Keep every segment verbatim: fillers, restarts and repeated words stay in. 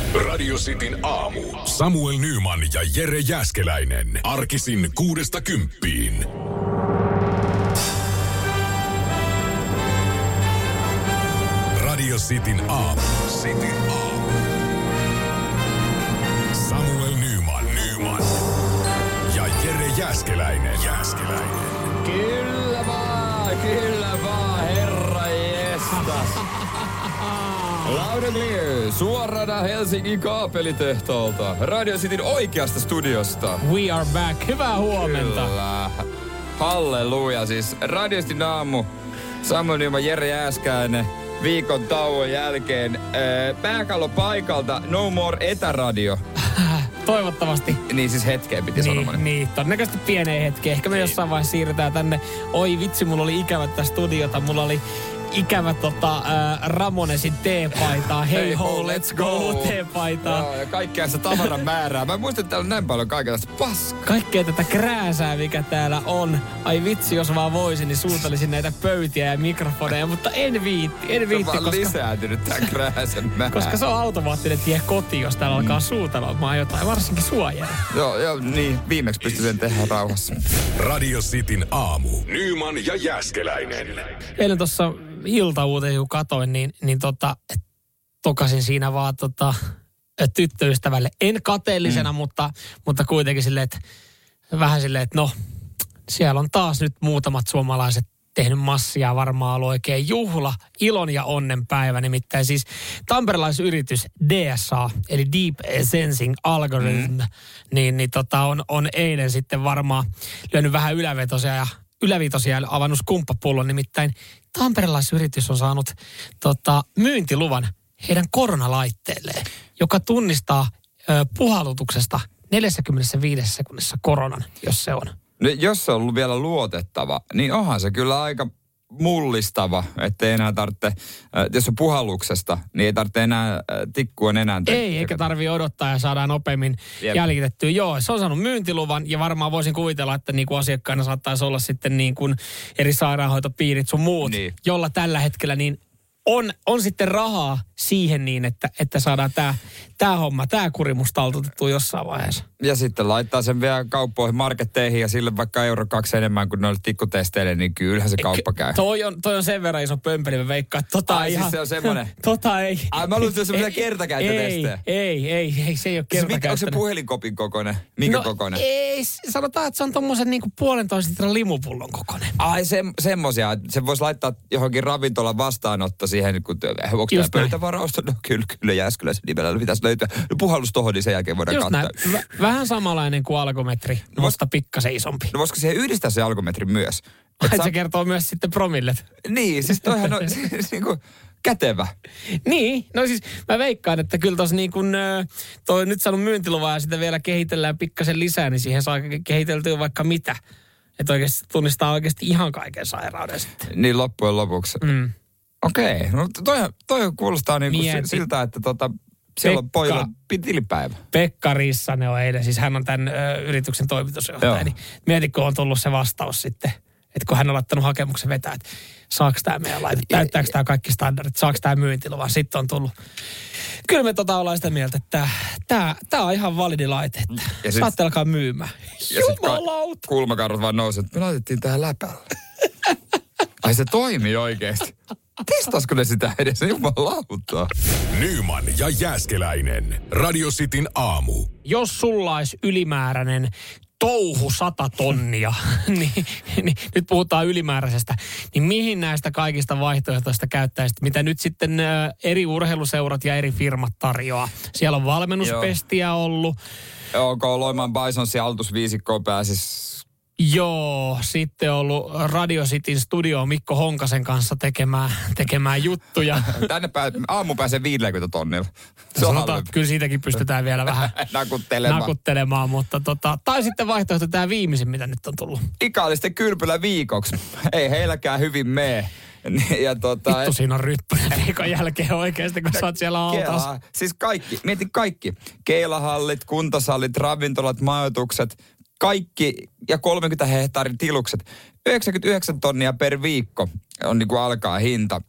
Radio Cityn aamu. Samuel Nyman ja Jere Jääskeläinen. Arkisin kuudesta kymppiin. Radio Cityn aamu. Cityn aamu. Samuel Nyman. Nyman. Ja Jere Jääskeläinen. Jääskeläinen. Kyllä vaan, kyllä vaan, herra jestas. Loud and clear, suorana Helsingin kaapelitehtaalta, Radio Cityn oikeasta studiosta. We are back. Hyvää huomenta. Kyllä. Halleluja, siis Radio Cityn aamu. Samuel Nyman, Jere Jääskeläinen. Viikon tauon jälkeen pääkallo paikalta, no more etäradio. Toivottavasti. Niin siis hetkeen piti niin, sanoa. Niin, todennäköisesti pieneen hetkeen. Ehkä me jossain vaiheessa siirrytään tänne. Oi vitsi, mulla oli ikävä tätä studiota. Mulla oli ikävä tota, äh, Ramonesin teepaitaa. Hey, hey ho, let's go, teepaitaa. Joo, ja kaikkea se tavaran määrää. Mä muistan, että täällä on näin paljon kaikenlaista paskaa. Kaikkea tätä krääsää, mikä täällä on. Ai vitsi, jos vaan voisin, niin suutelisin näitä pöytiä ja mikrofoneja, mutta en viitti, en viitti. Se on koska, lisääntynyt tää krääsen määrä. Koska se on automaattinen tie kotiin, jos täällä alkaa suutelemaan jotain, varsinkin suojaa. Joo, joo, niin. Viimeksi pystyn sen tehdä rauhassa. Radio Cityn aamu. Nyman ja Jääskeläinen. Eilen tuossa iltauuteen, kun katoin, niin, niin tota, tokasin siinä vaan tota, tyttöystävälle. En kateellisena, mm. mutta, mutta kuitenkin silleen, että vähän silleen, että no, siellä on taas nyt muutamat suomalaiset tehnyt massia, varmaan ollut oikein juhla, ilon ja onnen päivä. Nimittäin siis tamperelaisyritys D S A, eli Deep Sensing Algorithm, mm. niin, niin tota, on, on eilen sitten varmaan lyönyt vähän ylävetosia ja ylävitosia ja avannut skumppapullon. Nimittäin tamperelaisyritys on saanut tota, myyntiluvan heidän koronalaitteelleen, joka tunnistaa ö, puhallutuksesta neljässäkymmenessäviidessä sekunnissa koronan, jos se on. No, jos se on ollut vielä luotettava, niin onhan se kyllä aika mullistava, ettei enää tarvitse, jos on puhalluksesta, niin ei tarvitse enää tikkua nenään. Ei, eikä tarvitse odottaa ja saadaan nopeammin Jep. jäljitettyä. Joo, se on saanut myyntiluvan ja varmaan voisin kuvitella, että niin kuin asiakkaina saattaisi olla sitten niin kuin eri sairaanhoitopiirit sun muut, niin. jolla tällä hetkellä niin on, on sitten rahaa siihen niin, että, että saadaan tämä tää homma, tämä kurimus taltutettua jossain vaiheessa. Ja sitten laittaa sen vielä kauppoihin, marketteihin ja sille vaikka euro kaksi enemmän kuin noille tikkutesteille, niin kyllähän se kauppa käy. Toi on, toi on sen verran iso pömpeli, mä veikkaan, että tota Ai, ihan... siis se on semmoinen? Tota ei. Ai mä luulen, että se on semmoinen kertakäyttötestejä. Ei, ei, ei, ei, se ei ole kertakäyttöinen. Onko se puhelinkopin kokoinen? Minkä no, kokoinen? Ei, sanotaan, että se on tommosen niinku puolentoista litran limupullon kokoinen. Ai se, semmosia, se voisi laittaa johonkin ravintolan vastaanotto siihen, kun onko tämä pöytävarausta? No kyllä, kyllä Jääskeläisen nimellä pitäisi löytyä. No puhallus tohon, niin sen jälkeen voidaan just katsoa. Näin. V- vähän samanlainen kuin alkometri, no, mutta pikkasen isompi. No voisiko siihen yhdistää se alkometri myös? Ai, se kertoo myös sitten promillet. Niin, siis toihan on siis, niin kuin kätevä. Niin, no siis mä veikkaan, että kyllä tuossa niin kuin toi nyt saanut myyntiluvan ja sitä vielä kehitellään pikkasen lisää, niin siihen saa kehiteltyä vaikka mitä. Että oikeasti tunnistaa oikeasti ihan kaiken sairauden sitten. Niin loppujen lopuksi. Mm. Okei, okay. No toi, toi kuulostaa niin kuin siltä, että tota, siellä on pojilla tilipäivä. Pekka Rissanen on eilen, siis hän on tämän ö, yrityksen toimitusjohtaja, niin mieti, kun on tullut se vastaus sitten, että kun hän on laittanut hakemuksen vetää, että saako tämä meidän laite, täyttääkö tämä kaikki standardit, saako tämä myyntiluvan, sitten on tullut. Kyllä me tota ollaan sitä mieltä, että tämä, tämä on ihan validi laite, että saatte alkaa myymään. Jumalauta! Kulmakarvat vaan nousi, että me laitettiin tähän läpälle. Ai se toimii oikeesti. Testaisiko ne sitä edes? Jumalauta. Nyman ja Jääskeläinen. Radio Cityn aamu. Jos sulla olisi ylimääräinen touhu sata tonnia, niin, niin nyt puhutaan ylimääräisestä, niin mihin näistä kaikista vaihtoehtoista käyttäisit, mitä nyt sitten ä, eri urheiluseurat ja eri firmat tarjoaa? Siellä on valmennuspestiä Joo. ollut. Onko Loimaan Bisonsin aloitusviisikkoon pääsis? Joo, sitten on ollut Radio Cityn studio Mikko Honkasen kanssa tekemään, tekemään juttuja. Tänne pää, aamu pääsee viisikymmentä tonnilla. Se Sanotaan, että kyllä siitäkin pystytään vielä vähän nakuttelemaan. nakuttelemaan, mutta tota, tai sitten vaihtoehto tämä viimeisin, mitä nyt on tullut. Ikaalisten kylpylä viikoksi. Ei heilläkään hyvin mene. Ja tota, vittu siinä on ryppyinen viikon jälkeen oikeasti, kun sä oot siellä altaassa. Siis kaikki, mieti kaikki. Keilahallit, kuntosallit, ravintolat, majoitukset, kaikki ja kolmekymmentä hehtaarin tilukset. yhdeksänkymmentäyhdeksän tonnia per viikko on niin kuin alkaa hinta.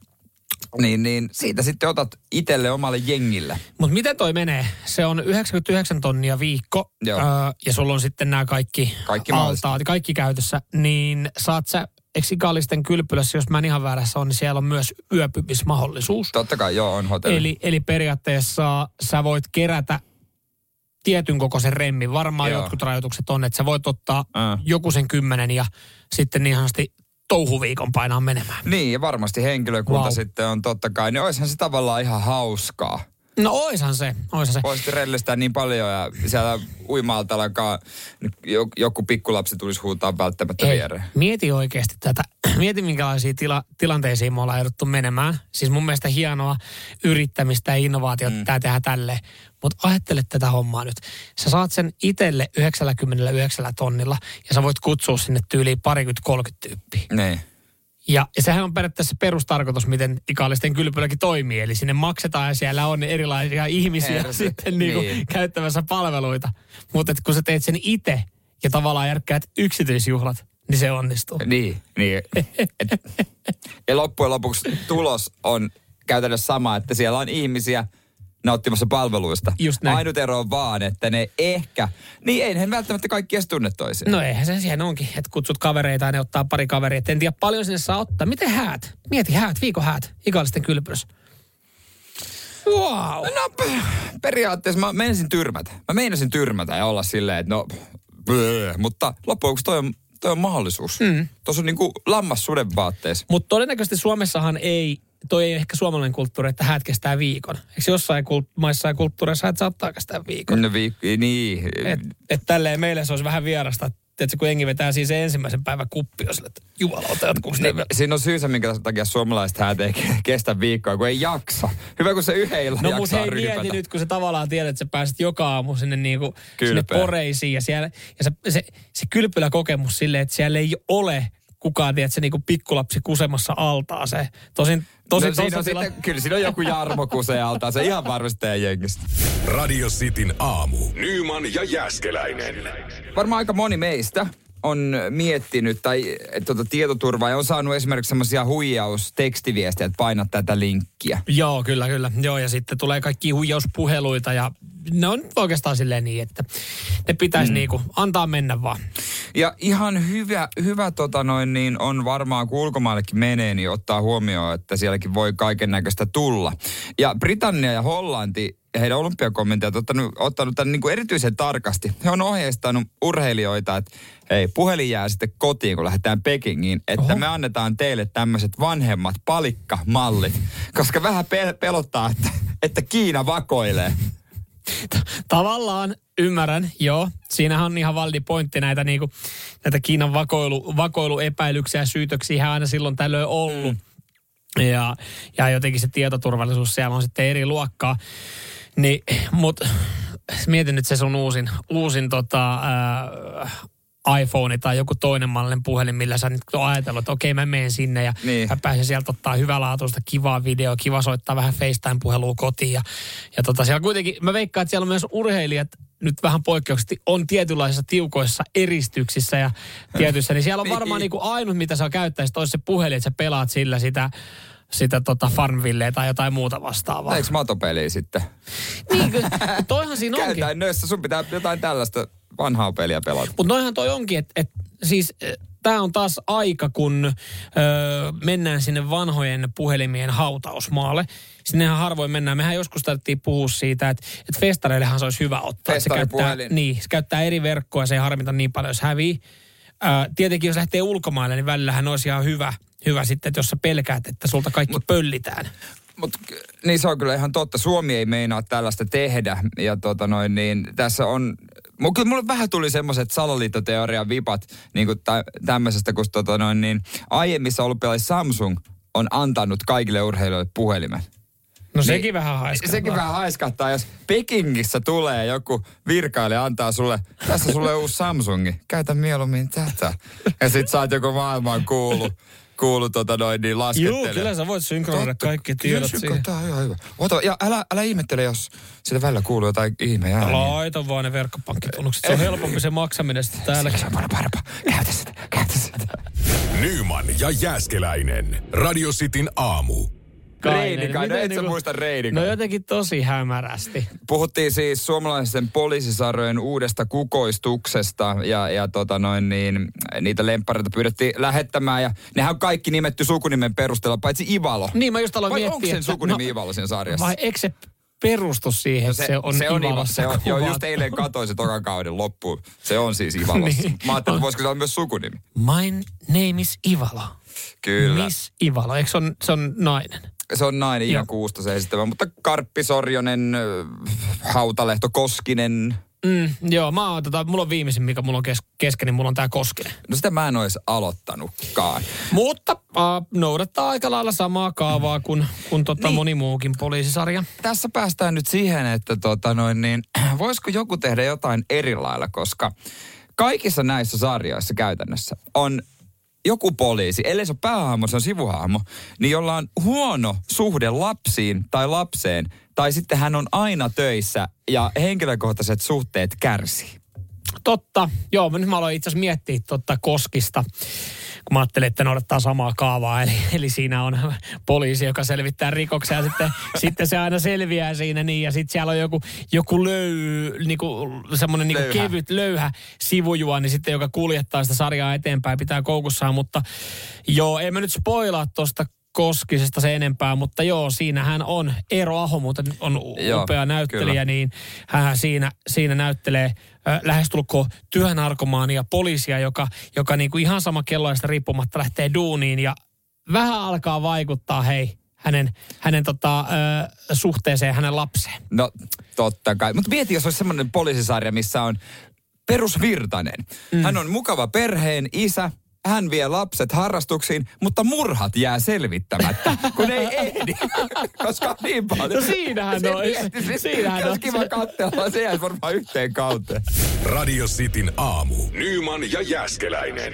Niin, niin siitä sitten otat itselle omalle jengille. Mutta miten toi menee? Se on yhdeksänkymmentäyhdeksän tonnia viikko öö, ja sulla on sitten nämä kaikki, kaikki altaat, kaikki käytössä. Niin saat sä, eikö Ikallisten kylpylässä, jos mä en ihan väärässä on, niin siellä on myös yöpymismahdollisuus. Totta kai, joo, on hotelli. Eli, eli periaatteessa sä voit kerätä tietyn kokoisen remmin. Varmaan joo. Jotkut rajoitukset on, että sä voit ottaa äh. joku sen kymmenen ja sitten niin ihanasti touhuviikon painaa menemään. Niin, ja varmasti henkilökunta wow. sitten on totta kai, niin oishan se tavallaan ihan hauskaa. No oishan se, oishan se. Voisit rellistää niin paljon ja siellä uima-altallakaan joku pikkulapsi tulisi huutaa välttämättä Ei, viereen. Mieti oikeasti tätä. Mieti minkälaisia tila, tilanteisiin me ollaan jouduttu menemään. Siis mun mielestä hienoa yrittämistä ja innovaatiota mm. tää tehdä tälleen. Mutta ajattele tätä hommaa nyt. Sä saat sen itselle yhdeksänkymmentäyhdeksän tonnilla ja sä voit kutsua sinne tyyliin parikymmentä kolmekymmentä tyyppiä. Niin. Ja, ja sehän on periaatteessa perustarkoitus, miten Ikallisten kylpyläkin toimii. Eli sinne maksetaan ja siellä on erilaisia ihmisiä Herse. sitten niinku niin. käyttämässä palveluita. Mutta kun sä teet sen itse ja tavallaan järkkäät yksityisjuhlat, niin se onnistuu. Niin, niin. Et, ja loppujen lopuksi tulos on käytännössä sama, että siellä on ihmisiä nauttimassa palveluista. Just näin. Ainut ero on vaan, että ne ehkä, niin eihän välttämättä kaikki edes tunne toisiaan. No eihän se siihen onkin, että kutsut kavereita ja ne ottaa pari kaveria. En tiedä paljon sinne saa ottaa. Miten häät? Mieti häät, viikon häät, Ikallisten kylpylässä. Wow. No periaatteessa mä meinasin tyrmätä. Mä meinasin tyrmätä ja olla silleen, että no, blöö, mutta loppujen lopuksi toi on, toi on mahdollisuus. Mm. Tuossa on niinku lammas suden vaatteessa. Mutta todennäköisesti Suomessahan ei, toi ei ehkä suomalainen kulttuuri, että häät kestää viikon. Eikö jossain kult, maissa ja kulttuureissa häät saattaa kestää viikon? No viikko, niin. Että et tälleen meille se olisi vähän vierasta, että kun jengi vetää siis ensimmäisen päivän kuppi, jos että jumalauta jatkuuko niin, siinä on syysä, minkä takia suomalaiset häät ei kestä viikkoa, kun ei jaksa. Hyvä, kun se yhden illan no, jaksaa ryhpätä. No mutta hei mieti nyt, kun sä tavallaan tiedät, että sä pääset joka aamu sinne, niinku, sinne poreisiin ja, siellä, ja se, se, se kylpyläkokemus silleen, että siellä ei ole kukaan, tiedät, se niinku pikkulapsi kusemassa altaaseen. Tosin, tosin, no, siinä on tila... sitten, kyllä siinä on joku Jarmo kusee altaaseen, ihan varmasti teidän jengistä. Radio Cityn aamu. Nyman ja Jääskeläinen. Varmaan aika moni meistä on miettinyt tai tuota, tietoturvaa ja on saanut esimerkiksi semmoisia huijaustekstiviestejä, että painat tätä linkkiä. Joo, kyllä, kyllä. Joo, ja sitten tulee kaikki huijauspuheluita ja ne on oikeastaan silleen niin, että ne pitäisi mm. niinku antaa mennä vaan. Ja ihan hyvä, hyvä tota noin, niin on varmaan, kun ulkomaallekin menee, niin ottaa huomioon, että sielläkin voi kaiken näköistä tulla. Ja Britannia ja Hollanti ja heidän olympiakommentit on ottanut, ottanut tämän niin kuin erityisen tarkasti. He on ohjeistanut urheilijoita, että hei, puhelin jää sitten kotiin, kun lähdetään Pekingiin, että Oho. me annetaan teille tämmöiset vanhemmat palikkamallit, koska vähän pel- pelottaa, että, että Kiina vakoilee. Tavallaan ymmärrän, joo. Siinähän on ihan validi pointti näitä, niinku, näitä Kiinan vakoilu, vakoiluepäilyksiä ja syytöksiä aina silloin tällöin ollut. Mm. Ja, ja jotenkin se tietoturvallisuus siellä on sitten eri luokkaa. Niin, mutta mietin nyt se sun uusin, uusin tota, ää, iPhone tai joku toinen mallinen puhelin, millä sä nyt on ajatellut, että okei, mä menen sinne ja niin. mä pääsen sieltä ottaa hyvälaatuista kivaa videoa, kiva soittaa vähän FaceTime-puhelua kotiin. Ja, ja tota, siellä kuitenkin, mä veikkaan, että siellä on myös urheilijat nyt vähän poikkeuksesti on tietynlaisissa tiukoissa eristyksissä ja tietyissä, niin siellä on varmaan niin kuin ainut, mitä sä käyttäisit, olisi se puhelin, että sä pelaat sillä sitä sitä tota Farmvilleä tai jotain muuta vastaavaa. Eikö matopeliä sitten? Niin, kyllä. Toihan siinä onkin. Käytään nössä, sun pitää jotain tällaista vanhaa peliä pelata. Mutta noihan toi onkin, että et, siis tämä on taas aika, kun ö, mennään sinne vanhojen puhelimien hautausmaalle. Sinnehän harvoin mennään. Mehän joskus tarvittiin puhua siitä, että et festareillehan se olisi hyvä ottaa. Festaripuhelin. Niin, se käyttää eri verkkoa, se ei harmita niin paljon, jos hävii. Ö, tietenkin jos lähtee ulkomaille, niin välillähän olisi ihan hyvä. Hyvä sitten, että jos sä pelkäät, että sulta kaikki mut, pöllitään. Mut, niin se on kyllä ihan totta. Suomi ei meinaa tällaista tehdä. Ja tota noin, niin tässä on... Kyllä mulle vähän tuli semmoiset salaliittoteorian vipat niin kuin tä, tämmöisestä, kun tota noin, niin aiemmissa olympialaisissa Samsung on antanut kaikille urheilijoille puhelimen. No sekin niin, vähän haiskahtaa. Sekin vähän haiskahtaa, jos Pekingissä tulee joku virkailija antaa sulle, tässä sulle uusi Samsungi, käytä mieluummin tätä. Ja sit saat joku maailman kuulu. Kuulu tota noin niin laskettele. Joo, kyllä sä voit synkronoida kaikki tiedot siihen. Tämä on ihan hyvä. Ota, ja älä, älä ihmettele, jos sitä välillä kuuluu jotain ihmeää. Laita vaan ne verkkopankkitunnukset. Se on helpompi se maksaminen sitten täälläkin. Se on paljon parempaa. Käytä sitä, käytä sitä. Nyman ja Jääskeläinen. Radio Cityn aamu. Reinikainen. Reinikainen, no et niinku, sä muista Reinikainen. No jotenkin tosi hämärästi. Puhuttiin siis suomalaisen poliisisarjojen uudesta kukoistuksesta ja, ja tota noin niin, niitä lemppareita pyydettiin lähettämään ja nehän on kaikki nimetty sukunimen perusteella, paitsi Ivalo. Niin mä just aloin vai miettiä, onko sen että, sukunimi no, Ivalo siinä sarjassa? Vai eikö se perustu siihen, no se, se on se on Ivalossa se on, joo, just eilen katsoin se tokan kauden loppuun. Se on siis Ivalossa. Niin. Mä ajattelin, että voisiko se olla myös sukunimi. My name is Ivalo. Kyllä. Miss Ivalo, eikö se on, se on nainen? Se on nainen, Iina Kuustosen esittämä, mutta Karppi Sorjonen, Hautalehto Koskinen. Mm, joo, mä oon, tota, mulla on viimeisin, mikä mulla on kes- kesken, niin mulla on tää Koskinen. No sitä mä en ole edes aloittanutkaan. Mutta äh, noudattaa aika lailla samaa kaavaa kuin, kuin tota niin. moni muukin poliisisarja. Tässä päästään nyt siihen, että tota noin, niin, voisiko joku tehdä jotain eri lailla, koska kaikissa näissä sarjoissa käytännössä on joku poliisi, ellei se ole päähahmo, se on sivuhahmo, niin jolla on huono suhde lapsiin tai lapseen, tai sitten hän on aina töissä ja henkilökohtaiset suhteet kärsii. Totta. Joo, nyt mä aloin itse asiassa miettiä totta Koskista, kun mä ajattelin, että noudattaa samaa kaavaa. Eli, eli siinä on poliisi, joka selvittää rikoksia ja sitten, sitten se aina selviää siinä niin. Ja sitten siellä on joku, joku löy, niinku, semmoinen niinku kevyt löyhä sivujuoni sitten, joka kuljettaa sitä sarjaa eteenpäin, pitää koukussaan. Mutta joo, en mä nyt spoilaa tuosta Koskisesta se enempää, mutta joo, siinähän on Eero Aho, muuten on joo, upea näyttelijä, kyllä. niin hän siinä, siinä näyttelee äh, lähestulkoon työnarkomaania poliisia, joka, joka niinku ihan sama kelloista riippumatta lähtee duuniin ja vähän alkaa vaikuttaa, hei, hänen, hänen tota, äh, suhteeseen hänen lapseen. No totta kai, mutta mieti, jos olisi semmoinen poliisisarja, missä on perusvirtainen. Mm. Hän on mukava perheen isä. Hän vie lapset harrastuksiin, mutta murhat jää selvittämättä, kun ei ehdi, koska on niin paljon. No siinähän on. Mietti, siinähän jos on. kiva katsella, se jäisi varmaan yhteen kauteen. Radio Cityn aamu. Nyman ja Jääskeläinen.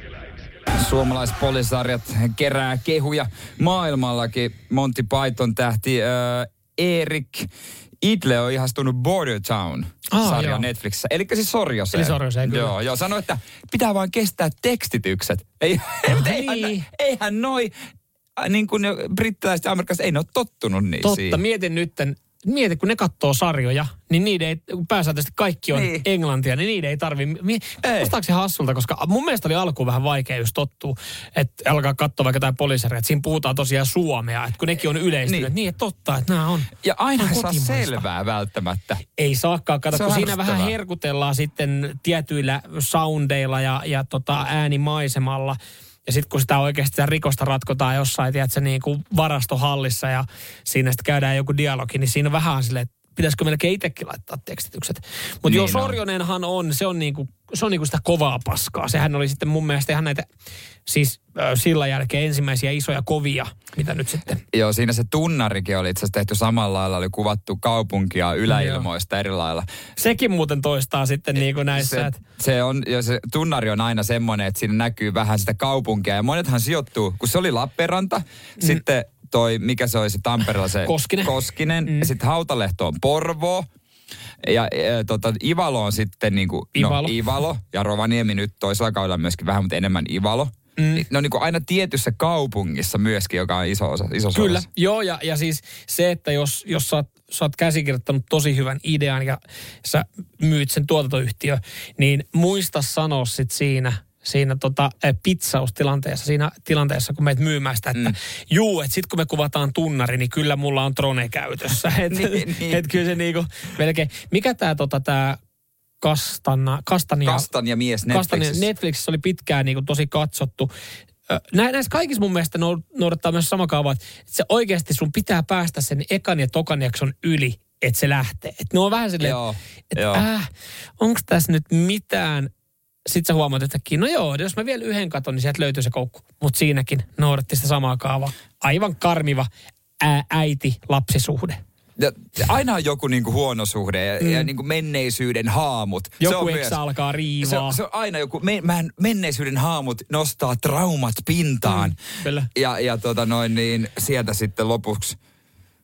Suomalaispoliisarjat kerää kehuja maailmallakin. Monty Python tähti äh, Erik Idle on ihastunut Border Town-sarja ah, Netflixissä. Elikkä siis Sorjoseen. Eli Sorjoseen, kyllä. Joo, joo. Sanoi, että pitää vaan kestää tekstitykset. Ei, eihän, niin. eihän noi, niin kuin ne brittiläiset ja amerikkalaiset, ei ne ole tottunut niin Totta, siihen. mietin nytten, mieti kun ne katsoo sarjoja, niin niiden ei, kun pääsääntöisesti kaikki on niin. englantia, niin niiden ei tarvi. Kuulostaako se hassulta, koska mun mielestä oli alkuun vähän vaikea just tottua, että alkaa katsoa vaikka jotain poliisaria, että siinä puhutaan tosiaan suomea, että kun nekin on yleistynyt, niin, niin että totta, että nämä on. Ja aina on ei saa kotimaista. selvää välttämättä. Ei saakaan, kato, kun siinä vähän ärsyttävää. herkutellaan sitten tietyillä soundeilla ja, ja tota äänimaisemalla. Ja sitten kun sitä oikeasti sitä rikosta ratkotaan jossain, tiedätkö, niin kuin varastohallissa ja siinä sitten käydään joku dialogi, niin siinä on vähän silleen, että pitäisikö melkein itsekin laittaa tekstitykset. Mutta niin joo, on. Sorjonenhan on, se on niinku, se on niinku sitä kovaa paskaa. Sehän oli sitten mun mielestä ihan näitä, siis äh, sillä jälkeen ensimmäisiä isoja kovia, mitä nyt sitten. Joo, siinä se tunnarikin oli itse asiassa tehty samalla lailla, oli kuvattu kaupunkia yläilmoista eri lailla. Sekin muuten toistaa sitten niin kuin näissä. Se, että se, on, ja se tunnari on aina semmoinen, että siinä näkyy vähän sitä kaupunkia. Ja monethan sijoittuu, kun se oli Lappeenranta, mm. sitten toi, mikä se oli se Tampereella se Koskinen. Koskinen. Mm. Ja sitten Hautalehto on Porvoo. Ja e, tota, Ivalo on sitten niinku, Ivalo. No, Ivalo. Ja Rovaniemi nyt toisella kaudella myöskin vähän, mutta enemmän Ivalo. Mm. Ne on niinku aina tietyssä kaupungissa myöskin, joka on iso osa. Iso Kyllä, osa. joo, ja, ja siis se, että jos, jos sä, oot, sä oot käsikirjoittanut tosi hyvän idean ja sä myyt sen tuotantoyhtiö, niin muista sanoa sit siinä, siinä tota, pizzaustilanteessa, siinä tilanteessa, kun meet myymään sitä, että mm. juu, että sit kun me kuvataan tunnari, niin kyllä mulla on drone käytössä. Että niin, niin. et kyllä se niinku melkein, mikä tää tota tää Kastanna, Kastania, Kastan ja mies Kastania Netflixissä. Netflixissä oli pitkään niinku tosi katsottu. Nä, näissä kaikissa mun mielestä noudattaa myös sama kaava, että se oikeasti sun pitää päästä sen ekan ja tokan jakson yli, että se lähtee. Että ne on vähän silleen, että äh, onko tässä nyt mitään. Sitten sä huomaat, että no joo, jos mä vielä yhden katon, niin sieltä löytyy se koukku. Mutta siinäkin noudatti sitä samaa kaavaa. Aivan karmiva ää, äiti-lapsisuhde. Ja aina on joku niinku huono suhde ja, mm. ja niinku menneisyyden haamut. Joku eksä alkaa riivaa. Se on, se on aina joku, me, mähän, menneisyyden haamut nostaa traumat pintaan. Mm, kyllä. Ja, ja tota noin niin, sieltä sitten lopuksi,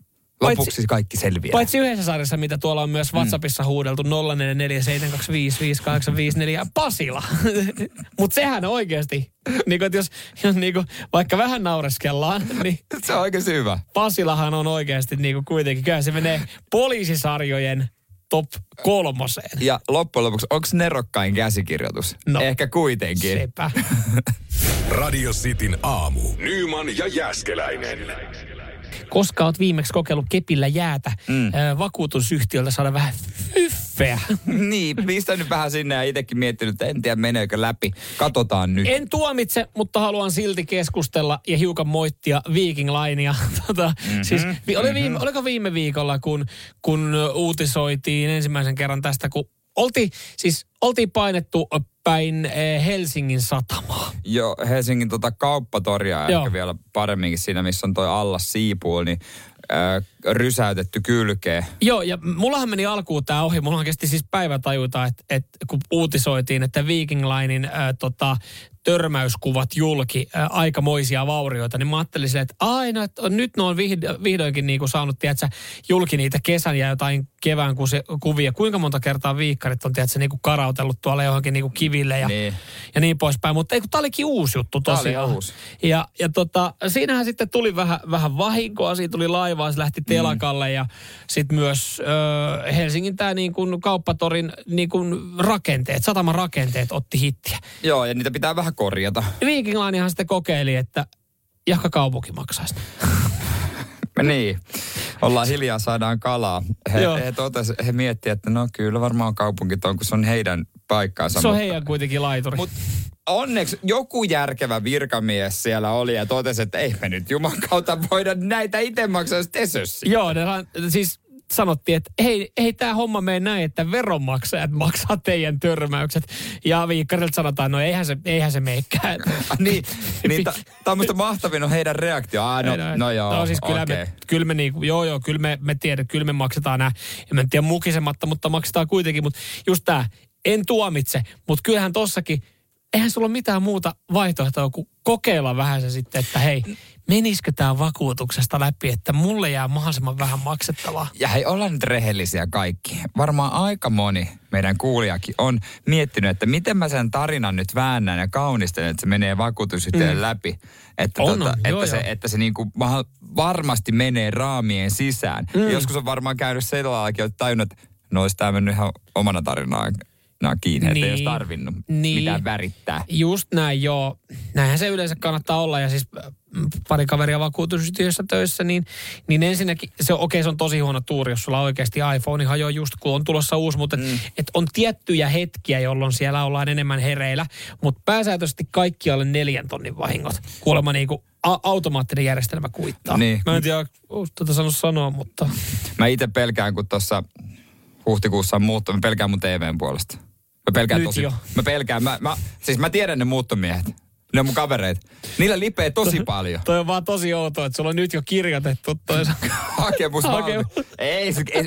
Lopuksi paitsi, kaikki selviää. Paitsi yhdessä sarjassa, mitä tuolla on myös WhatsAppissa mm. huudeltu nolla neljä neljä seitsemän kaksi viisi viisi kahdeksan viisi neljä Pasila. Mutta sehän oikeasti, niin kun, jos, jos niin kun, vaikka vähän naureskellaan, niin se on oikeasti hyvä. Pasilahan on oikeasti niin kuin kuitenkin, kyllä se menee poliisisarjojen top kolmoseen. Ja loppujen lopuksi, onko nerokkain käsikirjoitus? No, ehkä kuitenkin. Sepä. Radio Cityn aamu. Nyman ja Jääskeläinen. Koska oot viimeksi kokeillut kepillä jäätä Mm. äh, vakuutusyhtiöltä saada vähän fyffeä. Niin, pistänyt vähän sinne ja itsekin miettinyt, että en tiedä meneekö läpi. Katsotaan nyt. En tuomitse, mutta haluan silti keskustella ja hiukan moittia Viking Linea. tota, Mm-hmm, siis, vi, oli viime, mm-hmm. oliko viime viikolla, kun, kun uutisoitiin ensimmäisen kerran tästä, kun oltiin, siis oltiin painettu päin Helsingin satamaa. Joo, Helsingin tota kauppatoria Joo. ehkä vielä paremminkin siinä, missä on toi Allas Siipuul, niin äh, rysäytetty kylkeen. Joo, ja mullahan meni alkuun tämä ohi. Mullahan kesti siis päivä tajuta, että, että kun uutisoitiin, että Viking Linein äh, tota, törmäyskuvat julki, äh, aikamoisia vaurioita, niin mä ajattelin silleen, että aina, että nyt ne on vihdo, vihdoinkin niin kuin saanut, tiedätkö, julki niitä kesän ja jotain kevään kuvia. Kuinka monta kertaa viikkarit on, tiedätkö, niin kuin karautellut tuolla johonkin niin kuin kiville ja Niin. ja niin poispäin. Mutta ei, kun tää olikin uusi juttu tosiaan. Tää oli uusi. Ja, ja tota, siinähän sitten tuli vähän, vähän vahinkoa, siitä tuli laivaa, se lähti telakalle ja sitten myös ö, Helsingin tämä niin kuin kauppatorin niin kuin rakenteet, sataman rakenteet otti hittiä. Joo, ja niitä pitää vähän korjata. Viking Linehan sitten kokeili, että jahka kaupunki maksaisi. Niin, ollaan hiljaa, saadaan kalaa. He, he, totes, he miettivät, että no kyllä varmaan kaupunkit on, kun se on heidän paikkaansa. Se on mutta, heidän kuitenkin laituri. Mutta onneksi joku järkevä virkamies siellä oli ja totesi, että ei me nyt juman kautta voida näitä itse maksaa tesössä. Joo, ne, siis sanottiin, että hei, ei tämä homma mene näin, että veronmaksajat maksaa teidän törmäykset. Ja viikkarilta sanotaan, no eihän se, eihän se meikään. niin, niin tämmöistä mahtavin on heidän reaktio. Ah, no, no, no joo, no siis kyllä okay. me, kyllä me niinku, joo joo, kyllä me, me tiedät, kyllä me maksetaan nämä, en mä tiedä mukisematta, mutta maksetaan kuitenkin. Mutta just tämä, en tuomitse, mutta kyllähän tossakin, eihän sulla ole mitään muuta vaihtoehtoa kuin kokeilla vähän se sitten, että hei, menisikö tämä vakuutuksesta läpi, että mulle jää mahdollisimman vähän maksettavaa. Ja hei, ollaan nyt rehellisiä kaikki. Varmaan aika moni meidän kuulijakin on miettinyt, että miten mä sen tarinan nyt väännän ja kaunistelen, että se menee vakuutusyhtiön mm. läpi. Että, on, tota, on. että Joo, se, joo. että se niinku varmasti menee raamien sisään. Mm. Joskus on varmaan käynyt sellaillakin, että tajunnut, että no olisi tämä mennyt ihan omana tarinaan kiinni, niin, että ei olisi tarvinnut niin, mitään värittää. Just näin, joo. Näinhän se yleensä kannattaa olla. Ja siis pari kaveria vakuutusyhtiössä töissä, niin, niin ensinnäkin, se, okei, okay, se on tosi huono tuuri, jos sulla oikeasti iPhone hajoaa just, kun on tulossa uusi, mutta mm. et, et on tiettyjä hetkiä, jolloin siellä ollaan enemmän hereillä, mutta pääsääntöisesti kaikki alle neljän tonnin vahingot. Kuulemma niin kuin a- automaattinen järjestelmä kuittaa. Niin. Mä en tiedä, tätä sanoa sanoa, mutta... Mä itse pelkään, kun tuossa huhtikuussa on muuttu, mä pelkään mun T V:n puolesta. Mä pelkään Nyt tosi... jo. Mä pelkään, mä, mä, siis mä tiedän ne muuttomiehet. Ne on mun kavereita. Niillä lipee tosi paljon. Toi on vaan tosi outoa, että sulla on nyt jo kirjoitettu toi. Hakemus Hakemus. Ei, se... Ei.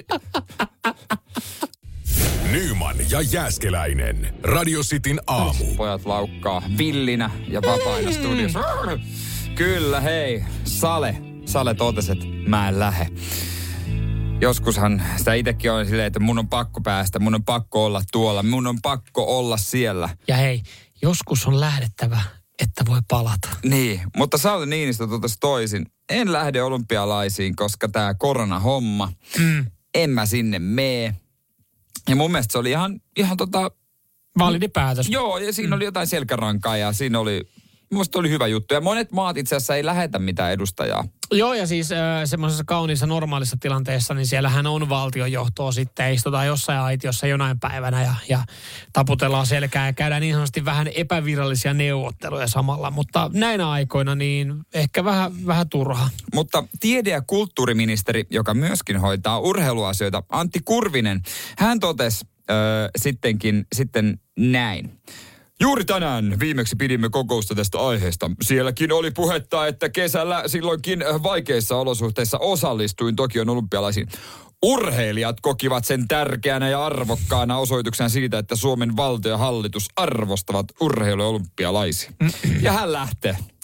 Nyman ja Jääskeläinen. Radio Cityn aamu. Pojat laukkaa villinä ja vapaina studiossa. Kyllä, hei. Sale. Sale totesi, että mä en lähe. Joskushan sitä itsekin on silleen, että mun on pakko päästä, mun on pakko olla tuolla, mun on pakko olla siellä. Ja hei, joskus on lähdettävä, että voi palata. Niin, mutta Sauli Niinistö totesi toisin. En lähde olympialaisiin, koska tää koronahomma, mm. en mä sinne mee. Ja mun mielestä se oli ihan, ihan tota... Validi päätös. Joo, ja siinä mm. oli jotain selkärankaa ja siinä oli... Mun mielestä oli hyvä juttu. Ja monet maat itse asiassa ei lähetä mitään edustajaa. Joo, ja siis äh, semmoisessa kauniissa normaalissa tilanteessa, niin siellähän on valtionjohtoa sitten. Istutaan jossain aitiossa jonain päivänä ja, ja taputellaan selkää ja käydään niin sanotusti vähän epävirallisia neuvotteluja samalla. Mutta näinä aikoina niin ehkä vähän, vähän turha. Mutta tiede- ja kulttuuriministeri, joka myöskin hoitaa urheiluasioita, Antti Kurvinen, hän totesi äh, sittenkin sitten näin. Juuri tänään viimeksi pidimme kokousta tästä aiheesta. Sielläkin oli puhetta, että kesällä silloinkin vaikeissa olosuhteissa osallistuin Tokion olympialaisiin. Urheilijat kokivat sen tärkeänä ja arvokkaana osoituksena siitä, että Suomen valtio ja hallitus arvostavat urheilu- ja olympialaisia. Ja hän lähtee.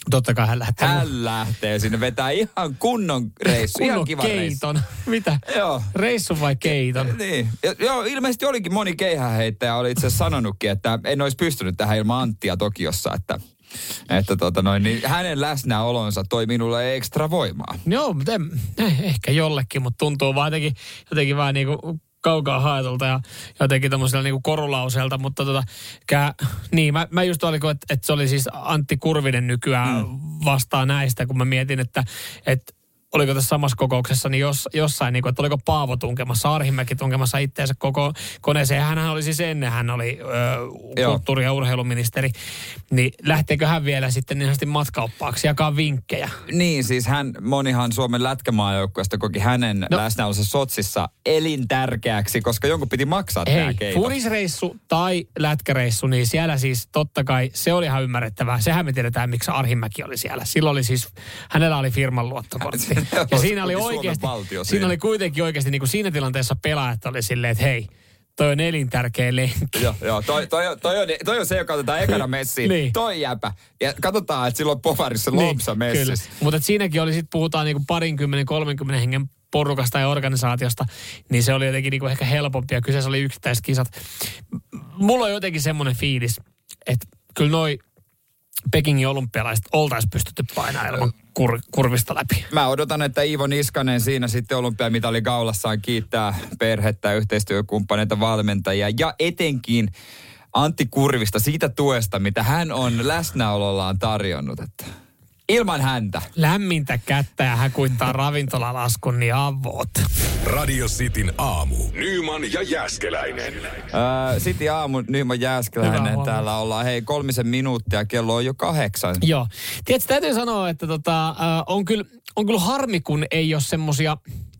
Totta kai hän lähtee. Hän lähtee sinne, vetää ihan kunnon reissu, kunnon ihan kiva keiton. reissu. Mitä? Joo. Reissu vai keiton? Niin. Ja, joo, ilmeisesti olikin moni keihäheittäjä, oli itse asiassa sanonutkin, että en olisi pystynyt tähän ilman Anttia Tokiossa, että, että tota noin, niin hänen läsnäolonsa toi minulle ekstra voimaa. Joo, mutta en, eh, ehkä jollekin, mutta tuntuu vaan jotenkin, jotenkin vähän niin kuin kaukaa haetulta ja jotenkin tämmöisellä niin kuin korulauseelta, mutta tota, kää, niin, mä, mä just oliko, että, että se oli siis Antti Kurvinen nykyään mm. vastaa näistä, kun mä mietin, että, että oliko tässä samassa kokouksessa, niin jos, jossain, niin kuin, että oliko Paavo tunkemassa, Arhimäki tunkemassa itseensä koko koneeseen. Hänhän oli siis ennen, hän oli ö, kulttuuri- ja urheiluministeri. Niin lähteekö hän vielä sitten niin sanotusti matkaoppaaksi, jakaa vinkkejä? Niin, siis hän, monihan Suomen lätkämaajoukkueesta koki hänen no. läsnäolonsa Sotsissa elintärkeäksi, koska jonkun piti maksaa Hei, tämä keito. furisreissu tai lätkäreissu, niin siellä siis totta kai se oli ihan ymmärrettävää. Sehän me tiedetään, miksi Arhimäki oli siellä. Silloin oli siis, hänellä oli firman luottokortti. Ja siinä oli oikeasti, siinä. siinä oli kuitenkin oikeasti niin kuin siinä tilanteessa pelaajat oli silleen, että hei, toi on elintärkeä lenkki. Joo, joo toi, toi, toi, toi, on, toi on se, joka otetaan ekana messiin. Niin. Toi jäpä. Ja katsotaan, että silloin Povarissa niin, lompsa messissä. Mutta siinäkin oli, sit puhutaan niinku parinkymmenen, kolmenkymmenen hengen porukasta ja organisaatiosta, niin se oli jotenkin niinku ehkä helpompi ja kyseessä oli yksittäiset kisat. Mulla on jotenkin semmoinen fiilis, että kyllä noi Pekingin olympialaiset oltaisiin pystytty painaa ilman kur, kurvista läpi. Mä odotan, että Iivo Niskanen siinä sitten olympiamitali gaulassaan kiittää perhettä, yhteistyökumppaneita, valmentajia ja etenkin Antti Kurvista siitä tuesta, mitä hän on läsnäolollaan tarjonnut. Että ilman häntä. Lämmintä kättä ja hän kuittaa ravintolalaskun, niin avot. Radio Cityn aamu. Nyman ja Jääskeläinen. Öö, City aamu, Nyman Jääskeläinen. Täällä ollaan. Hei, kolmisen minuuttia, kello on jo kahdeksan. Joo. Tiedätkö, täytyy sanoa, että tota, äh, on, kyllä, on kyllä harmi, kun ei ole semmosia.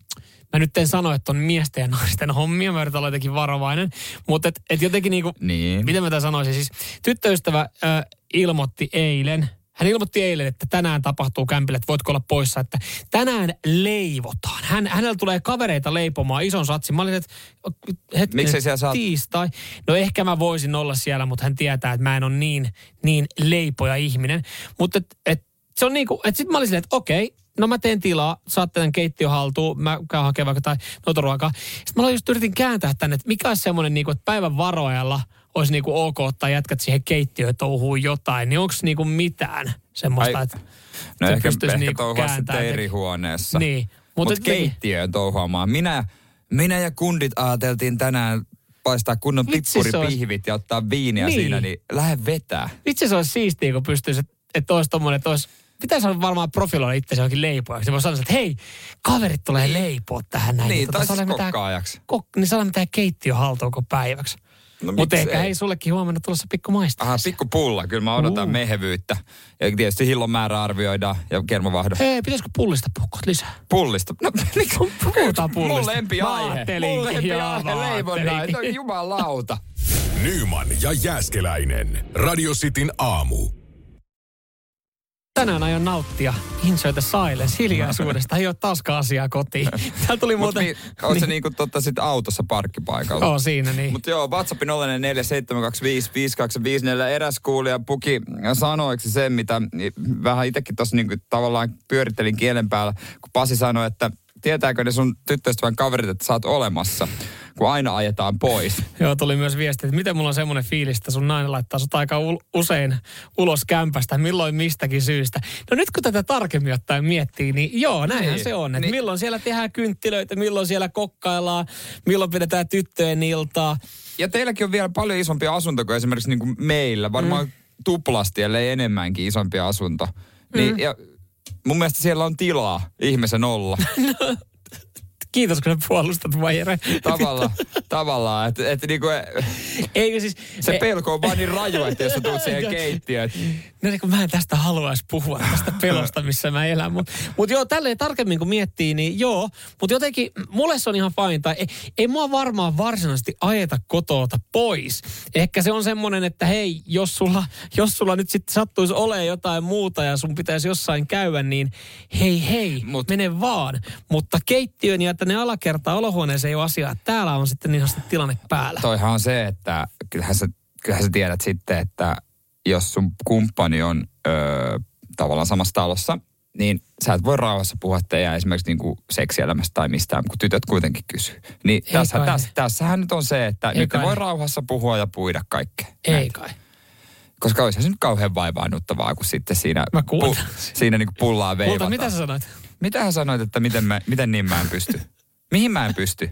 Mä nyt en sano, että on miesten ja naisten hommia, mä yritän olla jotenkin varovainen. Mutta et, et jotenkin niinku, niin. Miten mä tämän sanoisin, siis tyttöystävä äh, ilmoitti eilen, hän ilmoitti eilen, että tänään tapahtuu kämpillä, että voitko olla poissa, että tänään leivotaan. Hän, hänellä tulee kavereita leipomaan ison satsin. Mä olin, että hetkinen, miksei siellä saa... tiistai. No ehkä mä voisin olla siellä, mutta hän tietää, että mä en ole niin, niin leipoja ihminen. Mutta et, et, se on niin kuin, että sit mä olin silleen, että okei, no mä teen tilaa, saatte tämän keittiön haltuun, mä käyn hakemaan vaikka tai noitoruokaa. Sitten mä just yritin kääntää tänne, että mikä olisi semmoinen, niin kuin, että päivän varoajalla olisi niin kuin ok ottaa jätkät siihen keittiöön touhuun jotain, niin onko niin kuin mitään semmoista, Ai, että no se ehkä, pystyisi ehkä niin kuin touhua kääntämään. sitten eri huoneessa. Niin. Mutta Mut keittiöön touhuamaan. Minä, minä ja kundit ajateltiin tänään paistaa kunnon pippuripihvit ja ottaa viiniä niin. siinä, niin lähde vetää. Itse se olisi siistiä, kun pystyisi, että, että olisi tommoinen, että olisi, pitäisi varmaan profiloida itse johonkin leipoaksi. Se voi sanoa, että hei, kaverit tulee leipoa tähän näin. Niin, tai tota, siis kokkaajaksi. Kok, niin saa mitään keittiö haltuun koko päiväksi. No, mutta ehkä hei sullekin huomenna tulossa pikku maistaa. Aha, pikku pulla. Kyllä mä odotan uh. mehevyyttä. Ja tietysti hillon määrä arvioidaan ja kermavahdon. Hei, pitäisikö pullista puhua lisää? Pullista? No, mikä? Puhutaan pullista. Mun lempi aihe. Mun lempi aihe leivonnaan. Jumalauta. Nyman ja Jääskeläinen. Radio Cityn aamu. Tänään aion nauttia Enjoy the Silence hiljaisuudesta. Ei ole taaskaan asiaa kotiin. Täällä tuli muuten... Mut mi, oot sä niinku totta sit autossa parkkipaikalla? Oo, siinä niin. Mut joo, WhatsApp nolla neljä seitsemän kaksi viisi viisi kaksi viisi neljä. Eräs kuulija puki sanoiksi sen, mitä vähän itsekin tossa niinku tavallaan pyörittelin kielen päällä, kun Pasi sanoi, että tietääkö ne sun tyttöystävän kaverit, että sä oot olemassa, kun aina ajetaan pois. Joo, tuli myös viesti, että miten mulla on semmoinen fiilis, että sun nainen laittaa sut aika usein ulos kämpästä, milloin mistäkin syystä. No nyt kun tätä tarkemmin ottaen miettii, niin joo, näinhän niin, se on. Että niin. Milloin siellä tehdään kynttilöitä, milloin siellä kokkaillaan, milloin pidetään tyttöjen iltaa. Ja teilläkin on vielä paljon isompi asunto kuin esimerkiksi niin kuin meillä. Varmaan mm. tuplasti, ellei enemmänkin isompi asunto. Niin, mm. ja mun mielestä siellä on tilaa ihmisen olla. No. Kiitos, kun sä puolustat, Vaijere. Tavallaan, tavallaan. Että et niinku, eikö siis, se pelko on vaan niin raju, että jos sä tulet siihen keittiöön. No niin, kun mä en tästä haluaisi puhua, tästä pelosta, missä mä elän. Mutta mut joo, tälleen tarkemmin kun miettii, niin joo. Mutta jotenkin, mulle se on ihan fine. Tai ei, ei mua varmaan varsinaisesti ajeta kotoota pois. Ehkä se on semmoinen, että hei, jos sulla, jos sulla nyt sitten sattuisi olemaan jotain muuta ja sun pitäisi jossain käydä, niin hei hei, Mut, mene vaan. Mutta keittiön ja tänne alakertaan olohuoneeseen ei ole asiaa. Täällä on sitten niin tilanne päällä. Toihan on se, että kyllähän sä, kyllähän sä tiedät sitten, että jos sun kumppani on öö, tavallaan samassa talossa, niin sä et voi rauhassa puhua teidän esimerkiksi niinku seksielämästä tai mistään, kun tytöt kuitenkin kysyy. Niin tässä, tässä, tässähän nyt on se, että ei nyt kai. Ne voi rauhassa puhua ja puida kaikkea. Ei näitä. kai. Koska olisi se nyt kauhean vaivaannuttavaa, kun sitten siinä, pu, siinä niinku pullaa veivataan. Kulta, mitä sä sanoit? Mitä hän sanoit, että miten, mä, miten niin mä en pysty? Mihin mä en pysty?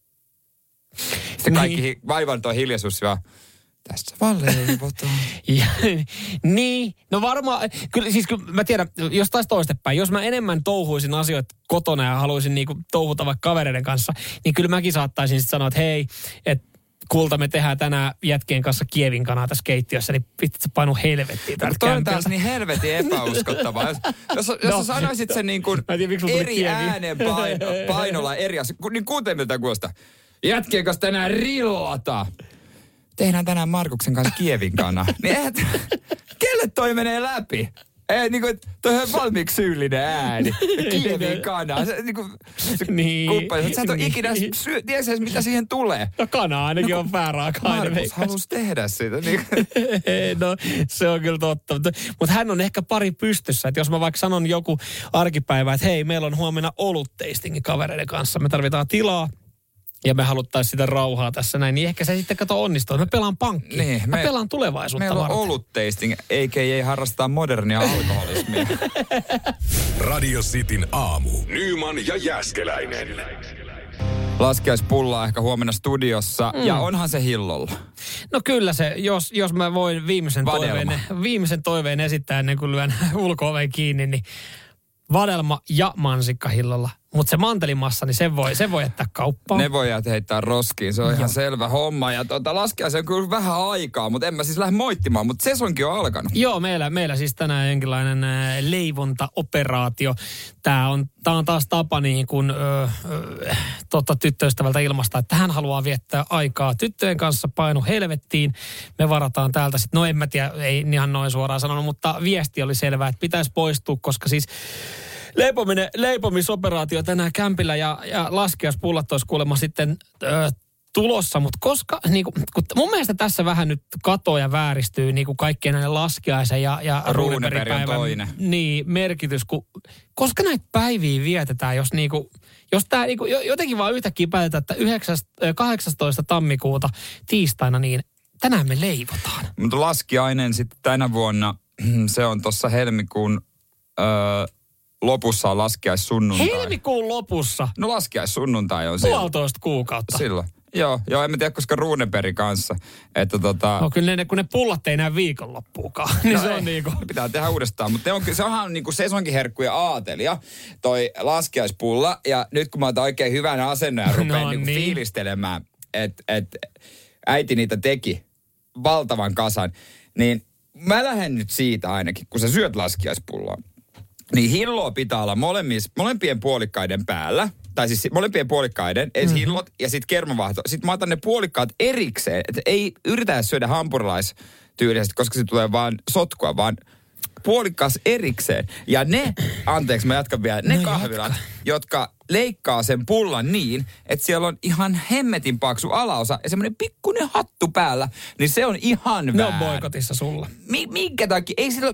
Sitten kaikki niin. Vaivanto hiljaisuus ja tässä vaan leivotaan. Ja, niin, no varmaan, kyllä siis kyllä mä tiedän, jos taas toistepäin, jos mä enemmän touhuisin asioita kotona ja haluaisin niinku touhuta vaikka kavereiden kanssa, niin kyllä mäkin saattaisin sitten sanoa, että hei, että kulta, me tehdään tänään jätkien kanssa kievin kanaa tässä keittiössä, niin pitää se painu helvettiin täältä kämpiltä. Toi on taas niin helvetin epäuskottavaa. Jos, jos, jos no, sä sanoisit sen niin kuin tiedä, eri äänen paino, painolla eri asia, niin kuuntelin miltä kuulosta. Jätkien kanssa tänään rillataan. Tehdään tänään Markuksen kanssa kievin kanaa. Niin eihän, kelle toi menee läpi? Ei, niin kuin, toi on valmiiksi syyllinen ääni. Kievin kanaa. Se, niin kuin, se niin, kumppani, sä et ole ikinä syö, tiedä mitä siihen tulee. No kana ainakin no, on pääraaka-aine. Markus halusi tehdä sitä. Niin. No, se on kyllä totta. Mutta, mutta hän on ehkä pari pystyssä. Että jos mä vaikka sanon joku arkipäivä, että hei, meillä on huomenna olutteistingi kavereiden kanssa. Me tarvitaan tilaa. Ja me haluttaisiin sitä rauhaa tässä näin, niin ehkä se sitten kato onnistuu. Mä pelaan pankkiin. Niin, mä me, pelaan tulevaisuutta meillä varten. Meillä on ollut-tasting, eikä ei harrastaa modernia alkoholismia. Radio Cityn aamu. Nyman ja Jääskeläinen. Laskiaispullaa ehkä huomenna studiossa. Mm. Ja onhan se hillolla. No kyllä se, jos, jos mä voin viimeisen toiveen, viimeisen toiveen esittää ennen kuin lyön ulko-oven kiinni, niin vadelma ja mansikka hillolla. Mutta se mantelimassa, niin sen voi, sen voi jättää kauppaan. Ne voi heittää roskiin, se on Joo. ihan selvä homma. Ja tuota, laskea se on kyllä vähän aikaa, mutta en mä siis lähde moittimaan, mutta sesonkin on alkanut. Joo, meillä, meillä siis tänään jonkinlainen äh, leivontaoperaatio. Tämä on, tää on taas tapa niin kuin äh, tota, tyttöystävältä ilmaista, että hän haluaa viettää aikaa tyttöjen kanssa, painu helvettiin. Me varataan täältä sitten, no en mä tiedä, ei ihan noin suoraan sanonut, mutta viesti oli selvä, että pitäisi poistua, koska siis Leipominen, leipomisoperaatio tänään kämpillä ja, ja laskiaispullat olisi kuulemma sitten ö, tulossa, mutta koska, niin kuin, kun mun mielestä tässä vähän nyt katoja vääristyy niin kuin kaikkien näiden laskiaisen ja, ja ruuneperipäivän niin, merkitys, kun, koska näitä päiviä vietetään, jos, niin kuin, jos tämä niin kuin, jotenkin vaan yhtäkkiä päätetään, että kahdeksastoista tammikuuta tiistaina, niin tänään me leivotaan. Mutta laskiainen sitten tänä vuonna, se on tuossa helmikuun Öö, lopussa on laskiaissunnuntai. Helmikuun lopussa? No laskiaissunnuntai on silloin. Puolitoista kuukautta. Silloin. Joo, joo, en mä tiedä, koska Ruuneperi kanssa. Että tota... No kyllä ne, kun ne pullat ei näe viikonloppuukaan, niin no se ei, on niinku... Pitää tehdä uudestaan, mutta on, se onhan niinku sesonkiherkkuja aatelia, toi laskiaispulla. Ja nyt kun mä otan oikein hyvän asennon ja rupean no, niinku niin. fiilistelemään, että et, äiti niitä teki valtavan kasan, niin mä lähden nyt siitä ainakin, kun sä syöt laskiaispullaa. Niin hilloa pitää olla molempien puolikkaiden päällä. Tai siis molempien puolikkaiden, ensin mm-hmm. hillot ja sitten kermavahto. Sitten mä otan ne puolikkaat erikseen. Että ei yritä syödä hampurilaistyylisesti, koska se tulee vaan sotkua, vaan puolikkaas erikseen. Ja ne, anteeksi mä jatkan vielä, ne no kahvilat, jatka. jotka leikkaa sen pullan niin, että siellä on ihan hemmetin paksu alaosa ja semmoinen pikkuinen hattu päällä, niin se on ihan väärin. Ne on boikotissa sulla. Mi- minkä takia? Ei sillä...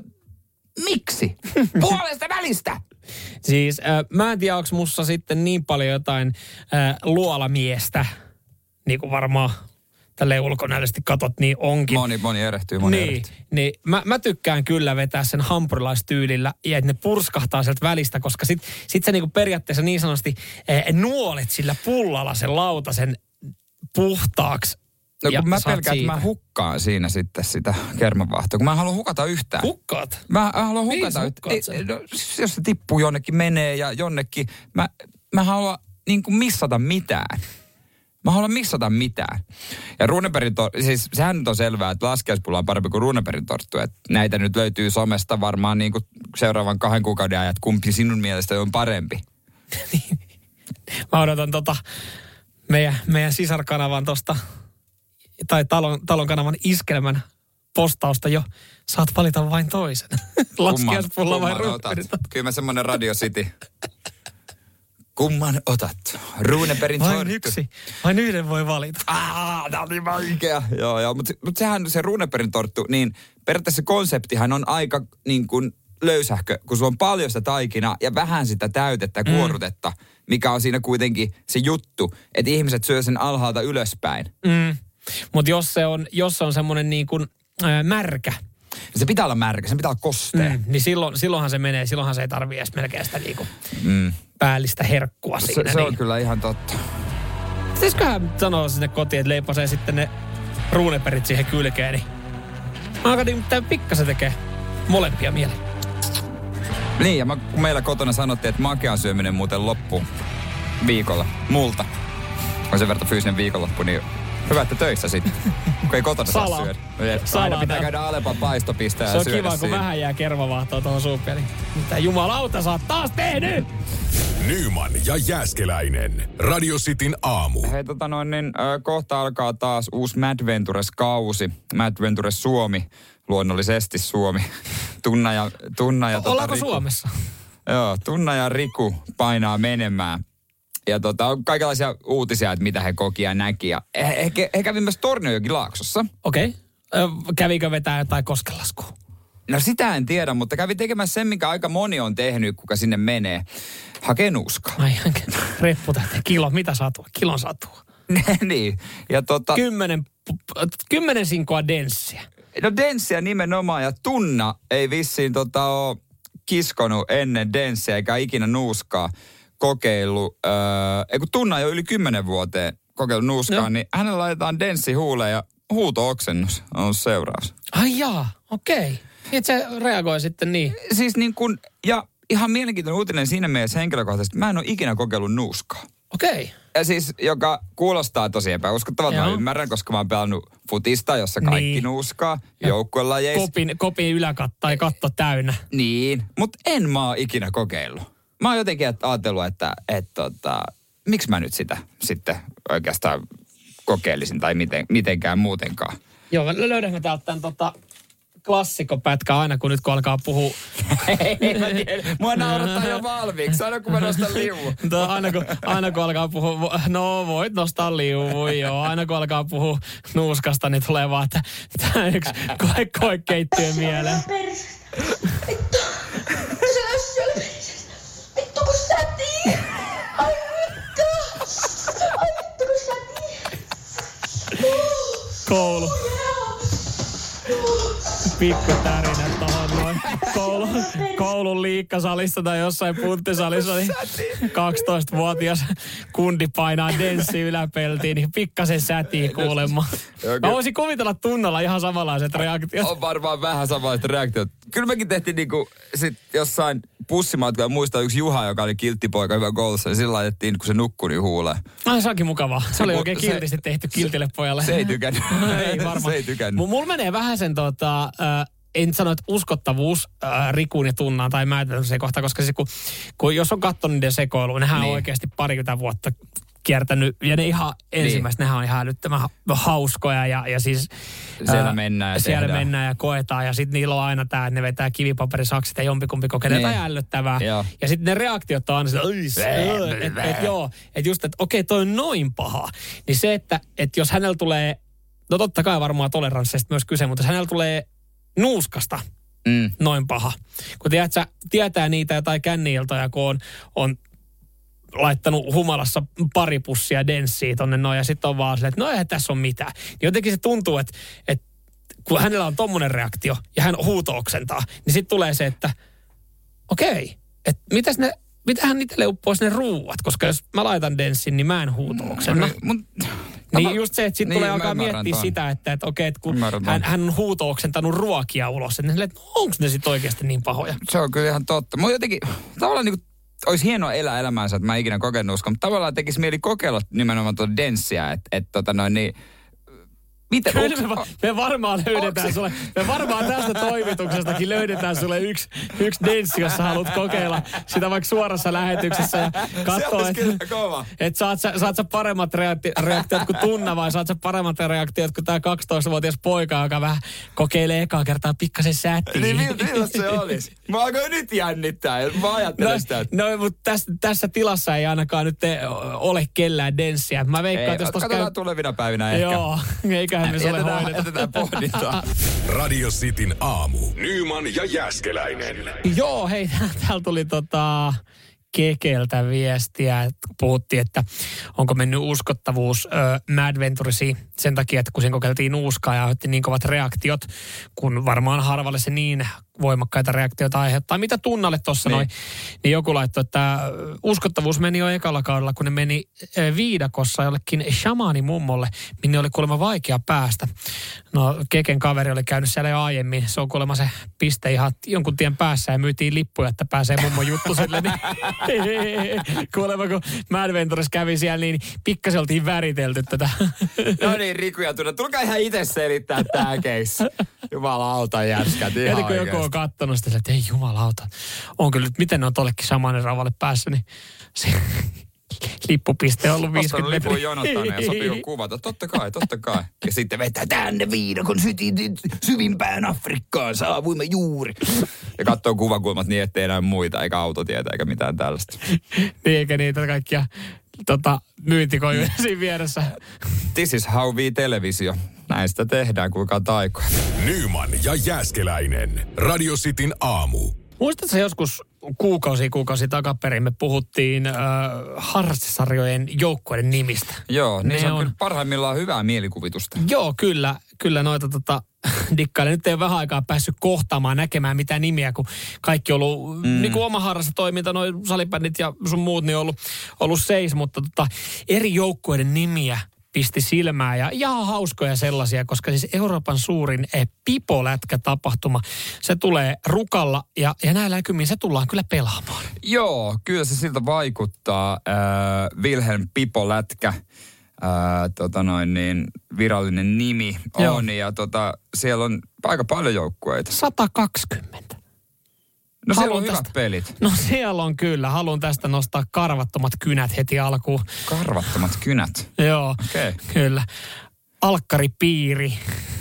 Miksi? Puolesta välistä! Siis äh, mä en tiedä, onko mussa sitten niin paljon jotain äh, luolamiestä, niin kuin varmaan tälleen ulkonäöllisesti katot, niin onkin. Moni, moni erehtyy, moni niin, erehtyy. Niin, mä, mä tykkään kyllä vetää sen hampurilaistyylillä ja että ne purskahtaa sieltä välistä, koska sit, sit sä niinku periaatteessa niin sanotusti äh, nuolet sillä pullalla sen lautasen puhtaaksi. No kun mä pelkään, että mä hukkaan siinä sitten sitä kermavahtoa, kun mä en halua hukata yhtään. Hukkaat? Mä haluan hukata yhtään. No, jos se tippuu jonnekin, menee ja jonnekin, mä, mä haluan niin kuin missata mitään. Mä haluan missata mitään. Ja Runebergin torttu, siis sehän nyt on selvää, että laskiaispulla on parempi kuin Runebergin torttu. Että näitä nyt löytyy somesta varmaan niin kuin seuraavan kahden kuukauden ajan, että kumpi sinun mielestä on parempi. Mä odotan tota meidän, meidän sisarkanavan tosta... tai talon, talon kanavan iskelmän postausta jo. Saat valita vain toisen. Laskiaispulla vai Runebergin. Kyllä mä semmonen Radio City. Kumman otat? Runebergin torttu. Vain yksi. Vain yhden voi valita. Ah, tää oli vaikea. Joo, joo. Mutta mut sehän se Runebergin torttu, niin periaatteessa konseptihan on aika niin kuin löysähkö, kun sulla on paljon sitä taikinaa ja vähän sitä täytettä ja kuorrutetta, mm. mikä on siinä kuitenkin se juttu, että ihmiset syö sen alhaalta ylöspäin. Mm. Mutta jos se on, jos se on semmoinen niin kuin ää, märkä. Se pitää olla märkä, se pitää olla kostea. Mm, niin silloin, silloinhan se menee, silloinhan se ei tarvitse edes melkein sitä niin kuin mm. päällistä herkkua siinä. Se, se niin. on kyllä ihan totta. Pitäisiköhän sanoa sinne kotiin, että leipasee sitten ne ruuneperit siihen kylkeen, niin mä alkaa nimittäin pikkasen tekee molempia mieleen. Niin, ja mä, kun meillä kotona sanottiin, että makean syöminen muuten loppuu viikolla multa. On sen verran fyysinen viikonloppu, niin hyvä, että töissä sitten, kun ei kotona saa syödä. Aina pitää käydä Alepan paistopisteen ja syödä. Se on kiva, kun vähän jää kermavaahtoa tuohon suuppia, niin mitä jumalauta sä oot taas tehnyt? Nyman ja Jääskeläinen. Radio Cityn aamu. Hei tota noin, niin äh, kohta alkaa taas uusi Mad Ventures-kausi. Mad Ventures Suomi, luonnollisesti Suomi. Tunna ja, tunna ja... Ollaanko tota, Suomessa? Joo, Tunna ja Riku painaa menemään. Ja tota, on kaikenlaisia uutisia, että mitä he koki ja näki. Ja he, he, he kävi myös Tornionjokilaaksossa. Okei. Okay. Kävikö vetää jotain koskenlaskua? No sitä en tiedä, mutta kävi tekemässä sen, mikä aika moni on tehnyt, kuka sinne menee. Hakee nuuskaa. Ai reppu tätä. Kilo, mitä satua? Kilon satua. Niin. Ja tota... Kymmenen, kymmenen sinkoa denssiä. No denssiä nimenomaan, ja Tunna ei vissiin tota ole kiskonut ennen denssiä eikä ikinä nuuskaa kokeillut. Öö, ei kun Tunna jo yli kymmenen vuoteen kokeillut nuuskaa, no. Niin hänellä laitetaan denssi huuleen ja huuto-oksennus on seuraus. Ai jaa, okei. Okay. Niin, se reagoi sitten niin. Siis niin kuin, ja ihan mielenkiintoinen uutinen siinä mielessä henkilökohtaisesti. Mä en ole ikinä kokeillut nuuskaa. Okei. Okay. Ja siis, joka kuulostaa tosi epäuskottavalta, mä ymmärrän, koska mä oon pelannut futista, jossa kaikki niin. nuuskaa, joukkuelajeissa. Kopin, kopin yläkatto tai katto täynnä. Niin, mutta en mä oon ikinä kokeillut. Mä oon jotenkin ajatellut, että et, tota, miksi mä nyt sitä sitten oikeastaan kokeilisin tai miten, mitenkään muutenkaan. Joo, löydämme täältä tämän tota... klassikopätkä aina, kun nyt kun alkaa puhua. Ei, mä tiedän. Mua naurattaa jo valmiiksi, aina kun mä nostan liuun. aina, kun, aina kun alkaa puhua, no voit nostaa liuun, joo. Aina kun alkaa puhua nuuskasta, niin tulee vaan tämä yksi koe, koe keittiö mieleen. Vittu, se on siellä perisestä. Vittu kun sätii. Ai vittu. Ai vittu kun sätii. Koulu. Pikku tärinä tohon noin. Koulu, koulun liikkasalissa tai jossain punttisalissa, niin kaksitoistavuotias kundi painaa denssi yläpeltiin, niin pikkasen sätii kuulemma. Mä voisin kuvitella Tunnalla ihan samanlaiset reaktiot. On varmaan vähän samanlaiset reaktiot. Kyllä mekin tehtiin niinku sit jossain bussimatkalla, muistaa yksi Juha, joka oli kilttipoika hyvä koulussa, niin sillä laitettiin, kun se nukkui, niin huuleen. Ah, se onkin mukavaa. Se oli oikein kiltisti tehty kiltille pojalle. Se ei tykännyt. Ei varmaan. Se ei tykännyt. Mulla menee vähän sen tota... Äh, en sano, että uskottavuus äh, Rikuun ja Tunnaan tai Määtälön sekohta, koska se, kun, kun jos on katsonut niiden sekoilua, nehän niin. on oikeasti parikymmentä vuotta kiertänyt, ja ne ihan ensimmäiset, niin. nehän on ihan älyttömän hauskoja, ja, ja siis... Siellä ää, mennään ja Siellä tehdään. mennään ja koetaan, ja sitten niillä on aina tämä, että ne vetää kivipaperisaksit ja jompikumpi kokeilee niin. jotain ällöttävää. Joo. Ja sitten ne reaktiot on aina sitä, että et, joo, että just, että okei, toi on noin paha. Niin se, että et jos hänellä tulee, no totta kai varmaan toleranssista myös kyse, mutta jos hänellä tulee nuuskasta mm. noin paha. Kun tiedät, sä, tietää niitä jotain känni-iltoja, kun on, on laittanut humalassa pari pussia denssiä tonne noin, ja sitten on vaan silleen, että no eihän tässä ole mitään. Niin jotenkin se tuntuu, että, että kun hänellä on tommonen reaktio, ja hän huuto-oksentaa, niin sitten tulee se, että okei, että mitäs ne, mitähän niitä uppoisi ne ruuat, koska jos mä laitan denssin, niin mä en huuto-oksenna. No, mun... Niin mä, just se, että sitten niin, tulee alkaa miettiä ton. sitä, että, että okei, että kun hän, hän on huuto-oksentanut ruokia ulos, että ne, no, onko ne sitten oikeasti niin pahoja? Se on kyllä ihan totta. Mä jotenkin, tavallaan niin kuin, olisi hienoa elää elämäänsä, että mä en ikinä kokenut uskon, mutta tavallaan tekisi mieli kokeilla nimenomaan tuota denssiä, että, että tota noin niin... Miten, onks, me, me varmaan löydetään onks... sulle, me varmaan tästä toimituksestakin löydetään sulle yksi, yksi denssi, jos sä haluat kokeilla sitä vaikka suorassa lähetyksessä ja katsoa, että et saat, sä, saat sä paremmat reakti, reaktiot kuin Tunna vai saat sä paremmat reaktiot kuin tää kaksitoistavuotias poika, joka vähän kokeilee ekaa kertaa pikkasen sättiin. Niin miltä se olisi? Mä alkoin nyt jännittää, mä ajattelen no, sitä. No, mutta tässä, tässä tilassa ei ainakaan nyt ole kellään denssiä. Mä veikkaan, ei, että jos katsotaan käy... tulevina päivinä ehkä. Joo, eikä Myöhemmin sulle Jätetään, hoidetaan. jätetään pohdintaa. Radio Cityn aamu. Nyman ja Jääskeläinen. Joo, hei, täällä tuli tota Kekeltä viestiä, että kun puhuttiin, että onko mennyt uskottavuus ö, Mad Venturesiin sen takia, että kun siinä kokeiltiin nuuskaa ja otti niin kovat reaktiot, kun varmaan harvalle se niin voimakkaita reaktioita aiheuttaa. Mitä Tunnalle tuossa niin. noin, niin joku laittoi, että uskottavuus meni jo ekalla kaudella, kun ne meni ö, viidakossa jollekin shamaanimummolle, minne oli kuulemma vaikea päästä. No Keken kaveri oli käynyt siellä jo aiemmin, se on kuulemma se piste ihan jonkun tien päässä ja myytiin lippuja, että pääsee mummon juttu sille, niin kuulemma kun Mad Ventures kävi siellä, niin pikkasen oltiin väritelty tätä. No niin, Riku ja Tunna, tulkaa ihan itse selittää tää keissi. Jumalauta jätkät, ihan Ja kun joku on kattonut sitä, että ei jumalauta, on kyllä nyt, miten ne on tollekin samanen ravalle päässyt, niin se lippupiste on ollut viisikymmentä metriä. lipun jonottaneen ja sopii kuvata. Totta kai, totta kai. Ja sitten vetää tänne viidakon sytin, syvimpään Afrikkaan, saavuimme juuri. Ja katsoo kuvakulmat niin, ettei enää muita, eikä autotietä, eikä mitään tällaista. Niin, eikä niitä kaikkia tota, myyntikojuja siinä vieressä. This is how we televisio. Näistä tehdään, kuinka taikoja. Nyman ja Jääskeläinen. Radio Cityn aamu. Muistatko joskus kuukausi kuukausi takaperin me puhuttiin äh, harrastesarjojen joukkueiden nimistä? Joo, niin Ne se on, on- kyllä parhaimmillaan hyvää mielikuvitusta. Joo, kyllä. Kyllä noita tota, dikkaille. Nyt ei ole vähän aikaa päässyt kohtaamaan, näkemään mitään nimiä, kun kaikki on ollut, mm. niin kuin oma harrastetoiminta, noi salibändit ja sun muut, niin on ollut, ollut seis, mutta tota, eri joukkueiden nimiä pisti silmään ja ihan hauskoja sellaisia, koska siis Euroopan suurin eh, pipolätkätapahtuma, se tulee Rukalla ja, ja näillä näkymin se tullaan kyllä pelaamaan. Joo, kyllä se siltä vaikuttaa. Äh, Wilhelm Pipo-lätkä, äh, tota noin niin, virallinen nimi Joo. on. Ja tota, siellä on aika paljon joukkueita. sata kaksikymmentä. No siellä Haluan on hyvät tästä- pelit. No siellä on kyllä. Haluan tästä nostaa karvattomat kynät heti alkuun. Karvattomat kynät. Joo, Okei. kyllä. Alkkaripiiri.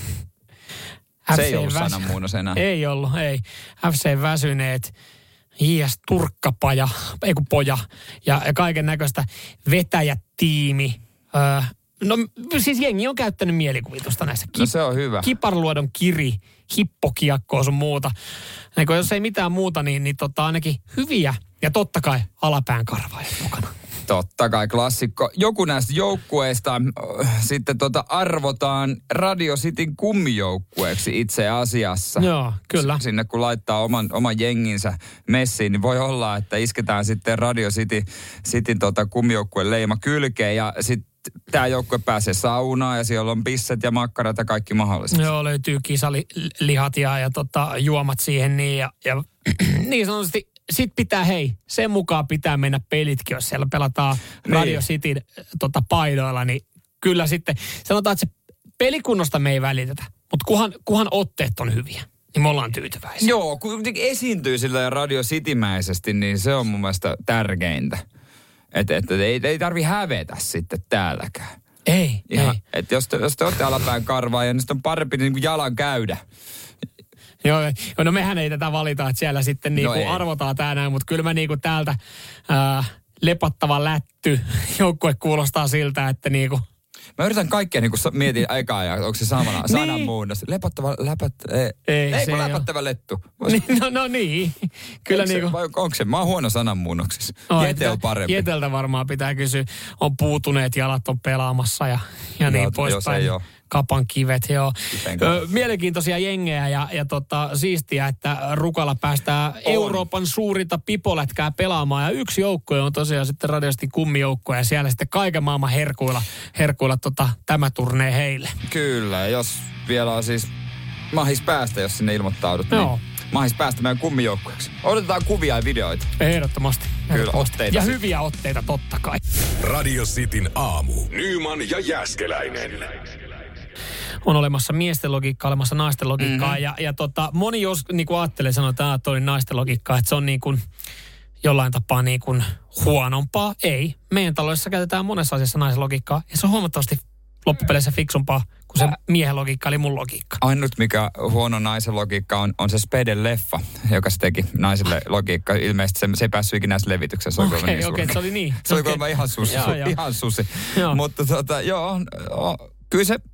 Se ei F C ollut Väsy- sananmuunnos enää. Ei ollut, ei. F C Väsyneet, J S Turkkapaja, ei kun poja, ja, ja kaiken näköistä vetäjätiimi. Öö, no siis jengi on käyttänyt mielikuvitusta näissä. No se on hyvä. Kiparluodon kiri, hippokiekkoa sun muuta. Niin kun jos ei mitään muuta, niin, niin tota ainakin hyviä ja totta kai alapään karvaajat mukana. Totta kai klassikko. Joku näistä joukkueista äh, sitten tota arvotaan Radio Cityn kummijoukkueeksi itse asiassa. Joo, kyllä. S- Sinne kun laittaa oman, oman jenginsä messiin, niin voi olla, että isketään sitten Radio City, Cityn tota kummijoukkueen leima kylkeen ja sitten tämä joukkue pääsee saunaan ja siellä on pisset ja makkarat ja kaikki mahdolliset. Joo, löytyy kisalihat ja, ja tota, juomat siihen niin ja, ja niin sanotusti sit pitää, hei, sen mukaan pitää mennä pelitkin, jos siellä pelataan Niin. Radio Cityn tota, paidoilla, niin kyllä sitten sanotaan, että se pelikunnosta me ei välitetä, mutta kunhan, kunhan otteet on hyviä, niin me ollaan tyytyväisiä. Joo, kun kuitenkin esiintyy sillä Radio Citymäisesti, niin se on mun mielestä tärkeintä. Että et, et, ei, ei tarvi hävetä sitten täälläkään. Ei, Ihan, ei. että jos te, jos te olette alapään karvaa ja niin sitten on parempi niin kuin jalan käydä. Joo, joo, no mehän ei tätä valita, että siellä sitten niinku ei. arvotaan tää näin, mutta kyllä mä niinku täältä ää, lepattava lätty joukkue kuulostaa siltä, että niinku Mä yritän kaikkea niin kuin mietin aikaa ja onko se samana, sananmuunnos. Lepattava, läpät, ei, Ei, ei se kun ei läpättävä lettu. Vois- Niin, no, no niin, kyllä onko niinku. se, vai onko se? Mä oon huono sananmuunnoksissa. Oi, Jete on pitää- parempi. Jeteltä varmaan pitää kysyä. On puutuneet jalat on pelaamassa ja, ja Joo, niin jos poispäin. ei oo. Kapan kivet, joo. Kiven kanssa. Ö, mielenkiintoisia jengejä ja, ja tota, siistiä, että Rukalla päästään Euroopan suurinta pipolätkää pelaamaan. Ja yksi joukkue on tosiaan sitten radiosti kummijoukkoja ja siellä sitten kaiken maailman herkuilla, herkuilla tota, tämä turnee heille. Kyllä, ja jos vielä on siis mahis päästä, jos sinne ilmoittaudut, Joo. niin mahis päästä meidän kummijoukkueeksi. Odotetaan kuvia ja videoita. Ehdottomasti. Kyllä, ehdottomasti. otteita Ja sitten. hyviä otteita totta kai. Radio Cityn aamu. Nyman ja Jääskeläinen. On olemassa miesten logiikkaa, olemassa naisten logiikkaa. Mm-hmm. Ja, ja tota, moni jos niin kuin ajattelee, sanoo, että toi naisten logiikkaa, että se on niin kuin jollain tapaa niin kuin huonompaa. Ei. Meidän taloudessa käytetään monessa asiassa naisen logiikkaa. Ja se on huomattavasti loppupeleissä fiksumpaa kuin se miehen logiikka, eli mun logiikka. Ainut, mikä huono naisen logiikka on, on se Speden leffa, joka se teki naisille logiikka. Ilmeisesti se, se ei päässyt ikinä edes levitykseen. Se oli Okei, kuulemma niin okei, suuri. se oli niin. Se oli Okei. kuulemma ihan susi. Joo, joo. Ihan susi. Joo. Mutta tota, joo, o, kyllä se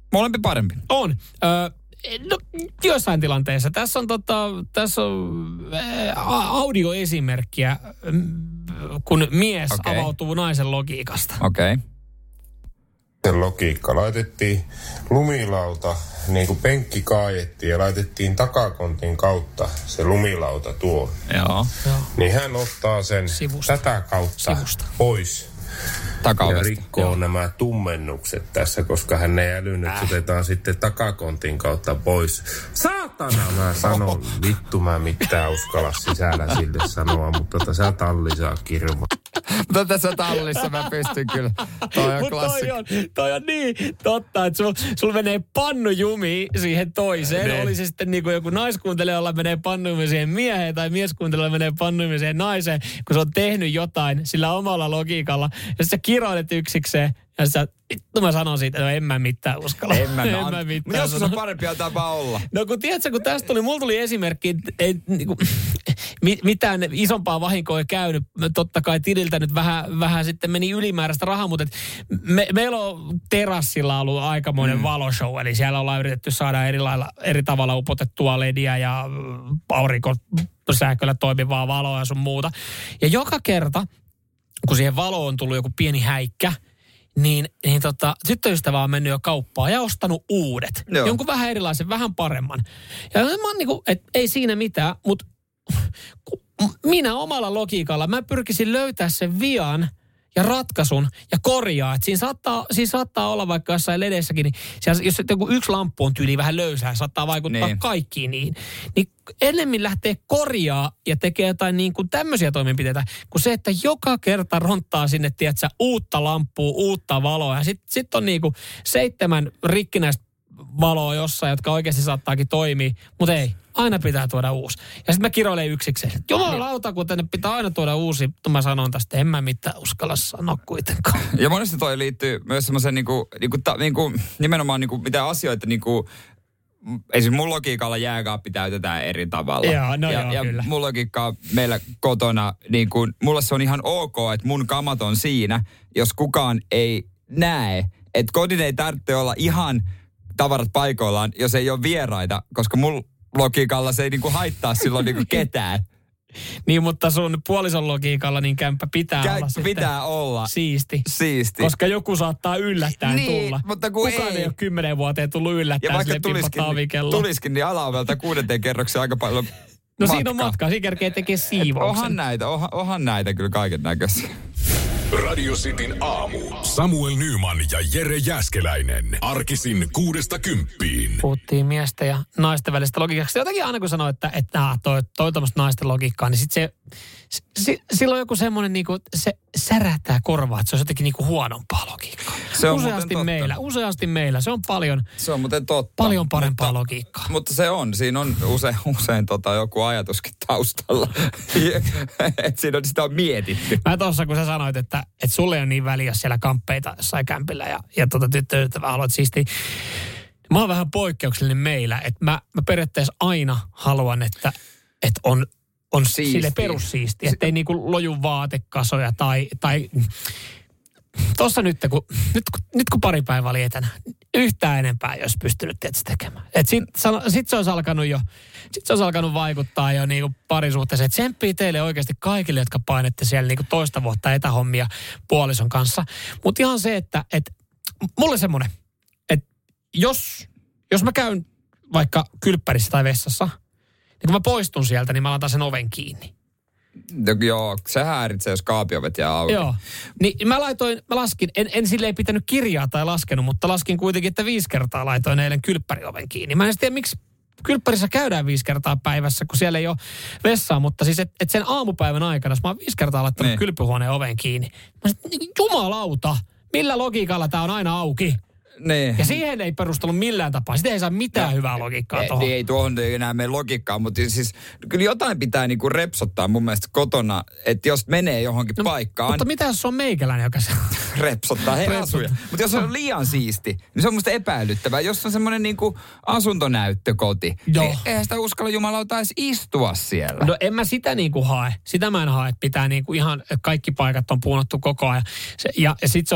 Molempi parempi. On. Ö, no, joissain tilanteissa. Tässä on, tota, tässä on ä, audioesimerkkiä, kun mies okay. avautuu naisen logiikasta. Okei. Okay. Sen logiikka. Laitettiin lumilauta, niin kuin penkki kaajettiin ja laitettiin takakontin kautta se lumilauta tuo. Joo. Niin hän ottaa sen Sivusta. tätä kautta Sivusta. pois. Takaovesta. Ja rikkoo Joo. nämä tummennukset tässä, koska hän ei älynyt, äh. otetaan sitten takakontin kautta pois. Saatana, mä sanon, vittu mä mitään uskalla sisällä sille sanoa, mutta tota sä talli saa kirma. Mutta tässä tallissa mä pystyn kyllä. Toi on klassikko. Toi on, toi on niin totta, että sul, sul menee pannujumi siihen toiseen. Ne. Oli se sitten niin kuin joku naiskuuntelijalla menee pannujumi siihen mieheen tai mieskuuntelijalla menee pannujumi siihen naiseen, kun se on tehnyt jotain sillä omalla logiikalla. Ja sä kiroilet yksikseen ja sä, vittu mä sanon siitä, no en mä mitään uskalla. En mä, en mä mitään. Mutta joskus on parempia tapa olla. No kun tiedätkö, kun tästä tuli, mulla tuli esimerkki, ei niinku, mitään isompaa vahinkoa ei käynyt. Totta kai tililtä nyt vähän, vähän sitten meni ylimääräistä rahaa, mutta me, meillä on terassilla ollut aikamoinen mm. valoshow, eli siellä ollaan yritetty saada eri, lailla, eri tavalla upotettua lediä ja aurinkosähköllä toimivaa valoa ja sun muuta. Ja joka kerta, kun siihen valoon on tullut joku pieni häikkä, niin, niin tota, tyttöystävä on mennyt jo kauppaan ja ostanut uudet. Joo. Jonkun vähän erilaisen, vähän paremman. Ja mä oon niinku, että ei siinä mitään, mutta minä omalla logiikalla, mä pyrkisin löytää sen vian ja ratkaisun ja korjaa. Että siinä saattaa, siinä saattaa olla vaikka jossain ledessäkin, niin siellä, jos joku yksi lamppu on tyyli vähän löysää, saattaa vaikuttaa niin. kaikkiin niin. Niin ennemmin lähtee korjaa ja tekee jotain niin kuin tämmöisiä toimenpiteitä, kuin se, että joka kerta ronttaa sinne, tiedätkö, uutta lamppua, uutta valoa. Ja sitten sit on niin kuin seitsemän rikkinäistä valoa jossain, jotka oikeasti saattaakin toimia, mutta ei. Aina pitää tuoda uusi. Ja sitten mä kiroilen yksikseen. Jumalauta, kun tänne pitää aina tuoda uusi. Mä sanon tästä, en mä mitään uskalla sanoa kuitenkaan. Ja monesti toi liittyy myös semmoisen niinku, niinku, ta, niinku, nimenomaan niinku, mitä asioita niinku, esimerkiksi mun logiikalla jääkaappi täytetään eri tavalla. Joo, no ja, joo, ja kyllä. mun logiikka meillä kotona, niin kuin, mulle se on ihan ok, että mun kamat on siinä, jos kukaan ei näe. Että kodin ei tarvitse olla ihan tavarat paikoillaan, jos ei ole vieraita, koska mun logiikalla se ei niinku haittaa silloin niinku ketään. Niin, mutta sun puolison logiikalla niin kämppä pitää Kä- olla pitää olla siisti. Siisti. Koska joku saattaa yllättäen niin, tulla. Mutta kun kukaan ei. ei ole kymmenen vuoteen tullut yllättäen. Ja vaikka tulisikin, tulisikin, niin alaovelta kuudenteen kerroksen aika paljon No matka. siinä on matka. Siinä kerkee tekee siivouksen. Onhan näitä, onhan, onhan näitä kyllä kaiken näköisiä. Radio Cityn aamu. Samuel Nyman ja Jere Jääskeläinen. Arkisin kuudesta kymppiin. Puhuttiin miesten ja naisten välistä logiikasta. Jotenkin aina kun sanoo, että, että nah, toi, toi tämmöistä naisten logiikkaa, niin sitten se, se, silloin joku semmoinen niinku, se särähtää korvaa, että se on jotenkin niinku huonompaa logiikkaa. Se on useasti meillä, useasti meillä. Se on paljon, se on muuten totta. Paljon parempaa mutta, logiikkaa. Mutta se on, siinä on usein, usein tota joku ajatuskin taustalla. Että siinä on, sitä on mietitty. Mä tuossa kun sä sanoit, että, että sulle ei ole niin väliä, jos siellä kamppeita jossain kämpillä ja, ja tota tyttöystävää haluat siistiä. Mä oon vähän poikkeuksellinen meillä, että mä, mä periaatteessa aina haluan, että, että on, on sille perussiisti, että ei niinku loju vaatekasoja tai, tai tossa nyt kun, nyt, nyt kun pari päivää oli etänä, yhtään enempää ei olisi pystynyt tietysti tekemään. Että sit, sit se olisi alkanut jo, sit se olisi alkanut vaikuttaa jo niinku parisuhteeseen. Tsemppii teille oikeasti kaikille, jotka painette siellä niinku toista vuotta etähommia puolison kanssa. Mutta ihan se, että et, mulle semmoinen, että jos, jos mä käyn vaikka kylppärissä tai vessassa, niin kun mä poistun sieltä, niin mä laitan sen oven kiinni. Joo, se häiritsee, jos kaapiovet jää auki. Joo. Niin mä laitoin, mä laskin, en, en silleen pitänyt kirjaa tai laskenut, mutta laskin kuitenkin, että viisi kertaa laitoin eilen kylppärioven kiinni. Mä en tiedä, miksi kylppärissä käydään viisi kertaa päivässä, kun siellä ei ole vessaa, mutta siis, että et sen aamupäivän aikana, jos mä oon viisi kertaa laittanut niin. kylpyhuoneen oven kiinni. Mä sanoin, jumalauta, millä logiikalla tää on aina auki? Nee. Ja siihen ei perustellut millään tapaa. Sitä ei saa mitään no, hyvää logiikkaa tuohon. Ei, ei tuohon ei enää mene logiikkaa, mutta siis kyllä jotain pitää niinku repsottaa mun mielestä kotona, että jos menee johonkin no, paikkaan. Mutta mitä jos on meikäläinen, joka se repsottaa, hei asuja. Mutta jos on liian siisti, niin se on musta epäilyttävää. Jos on semmoinen niinku asuntonäyttökoti, Joo. niin eihän sitä uskalla jumalauta edes istua siellä. No en mä sitä niinku hae. Sitä mä en hae, että pitää niinku ihan kaikki paikat on puunattu koko ajan. Se, ja ja sit se on ihan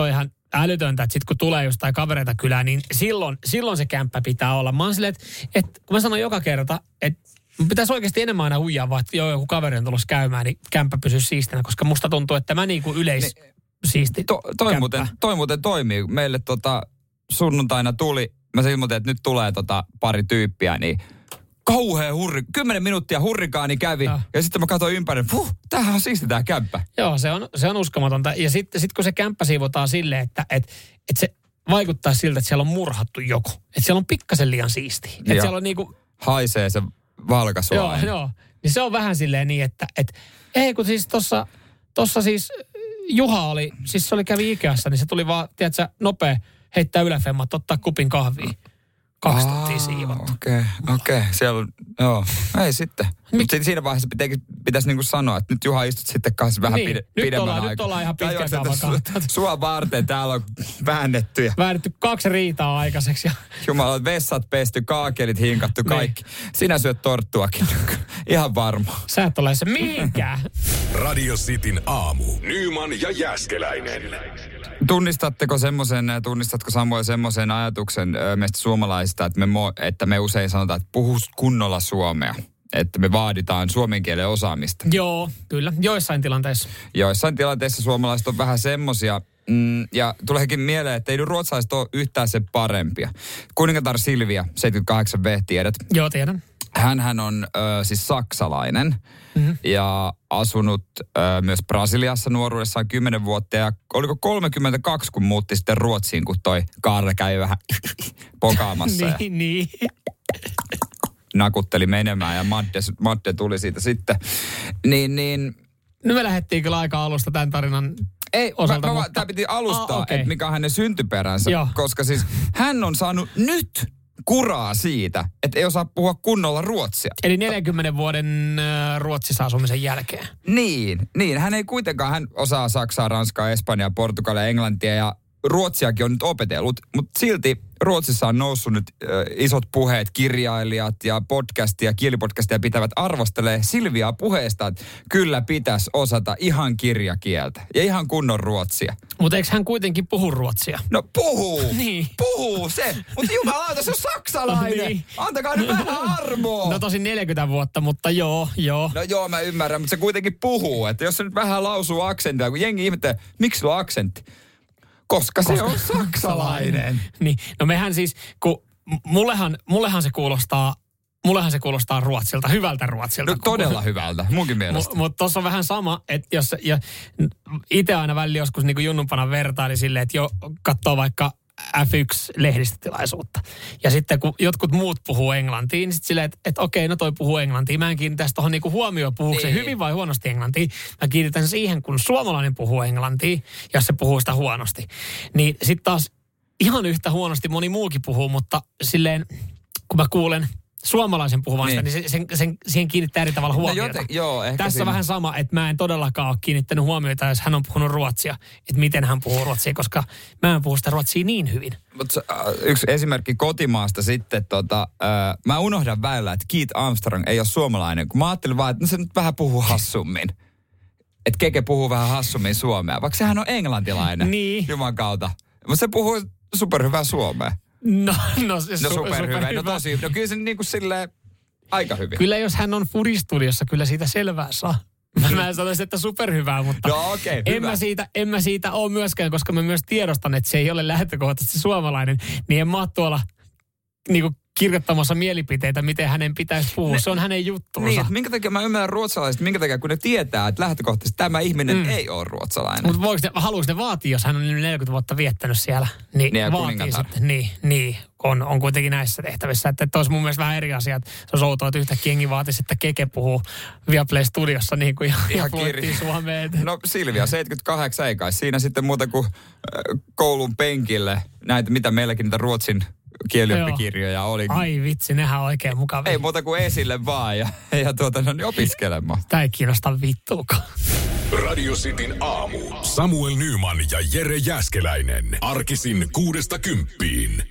älytöntä, että sit kun tulee jostain kavereita kylään, niin silloin, silloin se kämppä pitää olla. Mä oon silleen, että, että kun mä sanon joka kerta, että pitäisi oikeasti enemmän aina huijaa, vaan että joo, joku kaveri on tulossa käymään, niin kämppä pysyy siistinä, koska musta tuntuu, että mä niinku yleis niin, siisti to, toi, muuten, toi muuten toimii. Meille tota, sunnuntaina tuli, mä ilmoitin, että nyt tulee tota pari tyyppiä, niin kauhea hurri, kymmenen minuuttia hurrikaani kävi, ja, ja sitten mä katsoin ympäri, puh, tämähän on siisti tää kämppä. Joo, se on, se on uskomatonta. Ja sitten sit kun se kämppä siivotaan silleen, että et, et se vaikuttaa siltä, että siellä on murhattu joku. Että siellä on pikkasen liian siistiä. Että siellä on niinku... haisee se valkaisu Joo, aina. joo. Niin se on vähän silleen niin, että et, ei kun siis tossa, tossa siis Juha oli, siis se oli kävi Ikeassa, niin se tuli vaan, tiedätkö, nopea heittää yläfemmat, ottaa kupin kahvia. Kaksi tuntia siivottu. Okei, okay, okei. Okay. Siellä on, joo. Ei sitten. Mutta siinä vaiheessa pitäisi, pitäisi niinku sanoa, että nyt Juha istut sitten kanssa vähän niin, pide, nyt pidemmän ollaan, aikaa. Nyt ollaan ihan pitkän kaavan kautta. Sua varten täällä on väännetty. Ja väännetty kaksi riitaa aikaiseksi. Ja... Jumala, vessat pesty, kaakelit hinkattu, kaikki. Sinä syöt torttuakin. Ihan varma. Sä et ole se mihinkään. Radio Cityn aamu. Nyman ja Jääskeläinen. Tunnistatteko semmoisen, tunnistatko Samuel semmoisen ajatuksen meistä suomalaisista, että me, että me usein sanotaan, että puhu kunnolla suomea, että me vaaditaan suomen kielen osaamista? Joo, kyllä. Joissain tilanteissa. Joissain tilanteissa suomalaiset on vähän semmosia, mm, ja tuleekin mieleen, että ei nyt ruotsalaiset ole yhtään se parempia. Kuningatar Silvia, seitsemänkymmentäkahdeksan V, tiedät? Joo, tiedän. Hänhän on ö, siis saksalainen mm-hmm. ja asunut ö, myös Brasiliassa nuoruudessaan kymmenen vuotta. Ja oliko kolmekymmentäkaksi, kun muutti sitten Ruotsiin, kun toi Kaarle kävi vähän pokaamassa. ja niin, niin. nakutteli menemään ja Madde, Madde tuli siitä sitten. Niin, niin... Nyt me lähdettiin kyllä aika alusta tämän tarinan Ei, osalta. mä, mä, mutta... tämä piti alustaa, ah, okay. että mikä on hänen syntyperänsä. Joo. Koska siis hän on saanut nyt kuraa siitä, että ei osaa puhua kunnolla ruotsia. Eli neljänkymmenen vuoden äh, Ruotsissa asumisen jälkeen. Niin, niin. Hän ei kuitenkaan, hän osaa saksaa, ranskaa, espanjaa, portugalia, englantia ja ruotsiakin on nyt opetellut, mutta silti Ruotsissa on noussut nyt äh, isot puheet, kirjailijat ja podcastia, kielipodcastia pitävät arvostelee Silviaa puheesta, että kyllä pitäisi osata ihan kirjakieltä ja ihan kunnon ruotsia. Mutta eikö hän kuitenkin puhu ruotsia? No puhuu, niin. puhuu se, mutta jumalauta, se on saksalainen. niin. Antakaa nyt vähän armoa. No tosin neljäkymmentä vuotta, mutta joo, joo. No joo, mä ymmärrän, mutta se kuitenkin puhuu, että jos se nyt vähän lausuu aksentia, kun jengi ihmettelee, miksi sulla on aksentti? Koska, Koska se on saksalainen. Niin, no mehän siis, kun mullehan, mullehan se kuulostaa, mullehan se kuulostaa ruotsilta, hyvältä ruotsilta. No todella kun, hyvältä, munkin mielestä. Mutta tuossa on vähän sama, että jos, ja itse aina välillä joskus niin kuin junnumpana vertaili silleen, että jo katsoo vaikka F yksi -lehdistötilaisuutta. Ja sitten kun jotkut muut puhuu englantia, niin sitten silleen, että, että okei, no toi puhuu englantia. Mä en kiinnitäisi tuohon niinku huomioon, puhuuko se hyvin vai huonosti englantia. Mä kiinnitän siihen, kun suomalainen puhuu englantia, jos se puhuu sitä huonosti. Niin sitten taas ihan yhtä huonosti moni muukin puhuu, mutta silleen, kun mä kuulen suomalaisen puhuvan niin. sitä, niin sen, sen, siihen kiinnittää eri tavalla huomiota. No joten, joo, ehkä tässä siinä on vähän sama, että mä en todellakaan ole kiinnittänyt huomiota, jos hän on puhunut ruotsia, että miten hän puhuu ruotsia, koska mä en puhu sitä ruotsia niin hyvin. Mutta yksi esimerkki kotimaasta sitten, tota, äh, mä unohdan välillä, että Keith Armstrong ei ole suomalainen, kun mä ajattelin vaan, että no se nyt vähän puhuu hassummin. Että Keke puhuu vähän hassummin suomea, vaikka sehän on englantilainen. niin. Juman kautta. Mutta se puhuu superhyvää suomea. No, no, se no su- superhyvä. super No tosi, no kyllä se niin kuin silleen aika hyvin. Kyllä jos hän on Fudistudiossa, kyllä siitä selvää saa. Mä en sanoisi, että superhyvää, mutta no, okay, en, mä siitä, en mä siitä ole myöskään, koska mä myös tiedostan, että se ei ole lähtökohtaisesti suomalainen, niin en mä ole tuolla niin kuin kirjoittamassa mielipiteitä, miten hänen pitäisi puhua. Ne, se on hänen juttuunsa. Niin, minkä takia mä ymmärrän ruotsalaiset, minkä takia kun ne tietää, että lähtökohtaisesti tämä ihminen mm. ei ole ruotsalainen. Mutta haluaisi ne vaatia, jos hän on neljäkymmentä vuotta viettänyt siellä, niin, niin vaatii sitten. Niin, niin on, on kuitenkin näissä tehtävissä. Että, että olisi mun mielestä vähän eri asia, että se olisi outoa, että yhtäkkiä jengi vaatisi, että Keke puhuu Viaplay Studiossa niin kuin ja floittiin Suomeen. No Silvia, seitsemänkymmentäkahdeksan ei kai siinä sitten muuta kuin äh, koulun penkille näitä, mitä meilläkin niitä Ruotsin kielioppikirjoja oli. Ai vitsi, nehän on oikein mukavia. Ei muuta kuin esille vaan ja, ja tuota, no niin opiskelemaan. Tää ei kiinnosta vittuukaan. Radio Cityn aamu. Samuel Nyman ja Jere Jääskeläinen. Arkisin kuudesta kymppiin.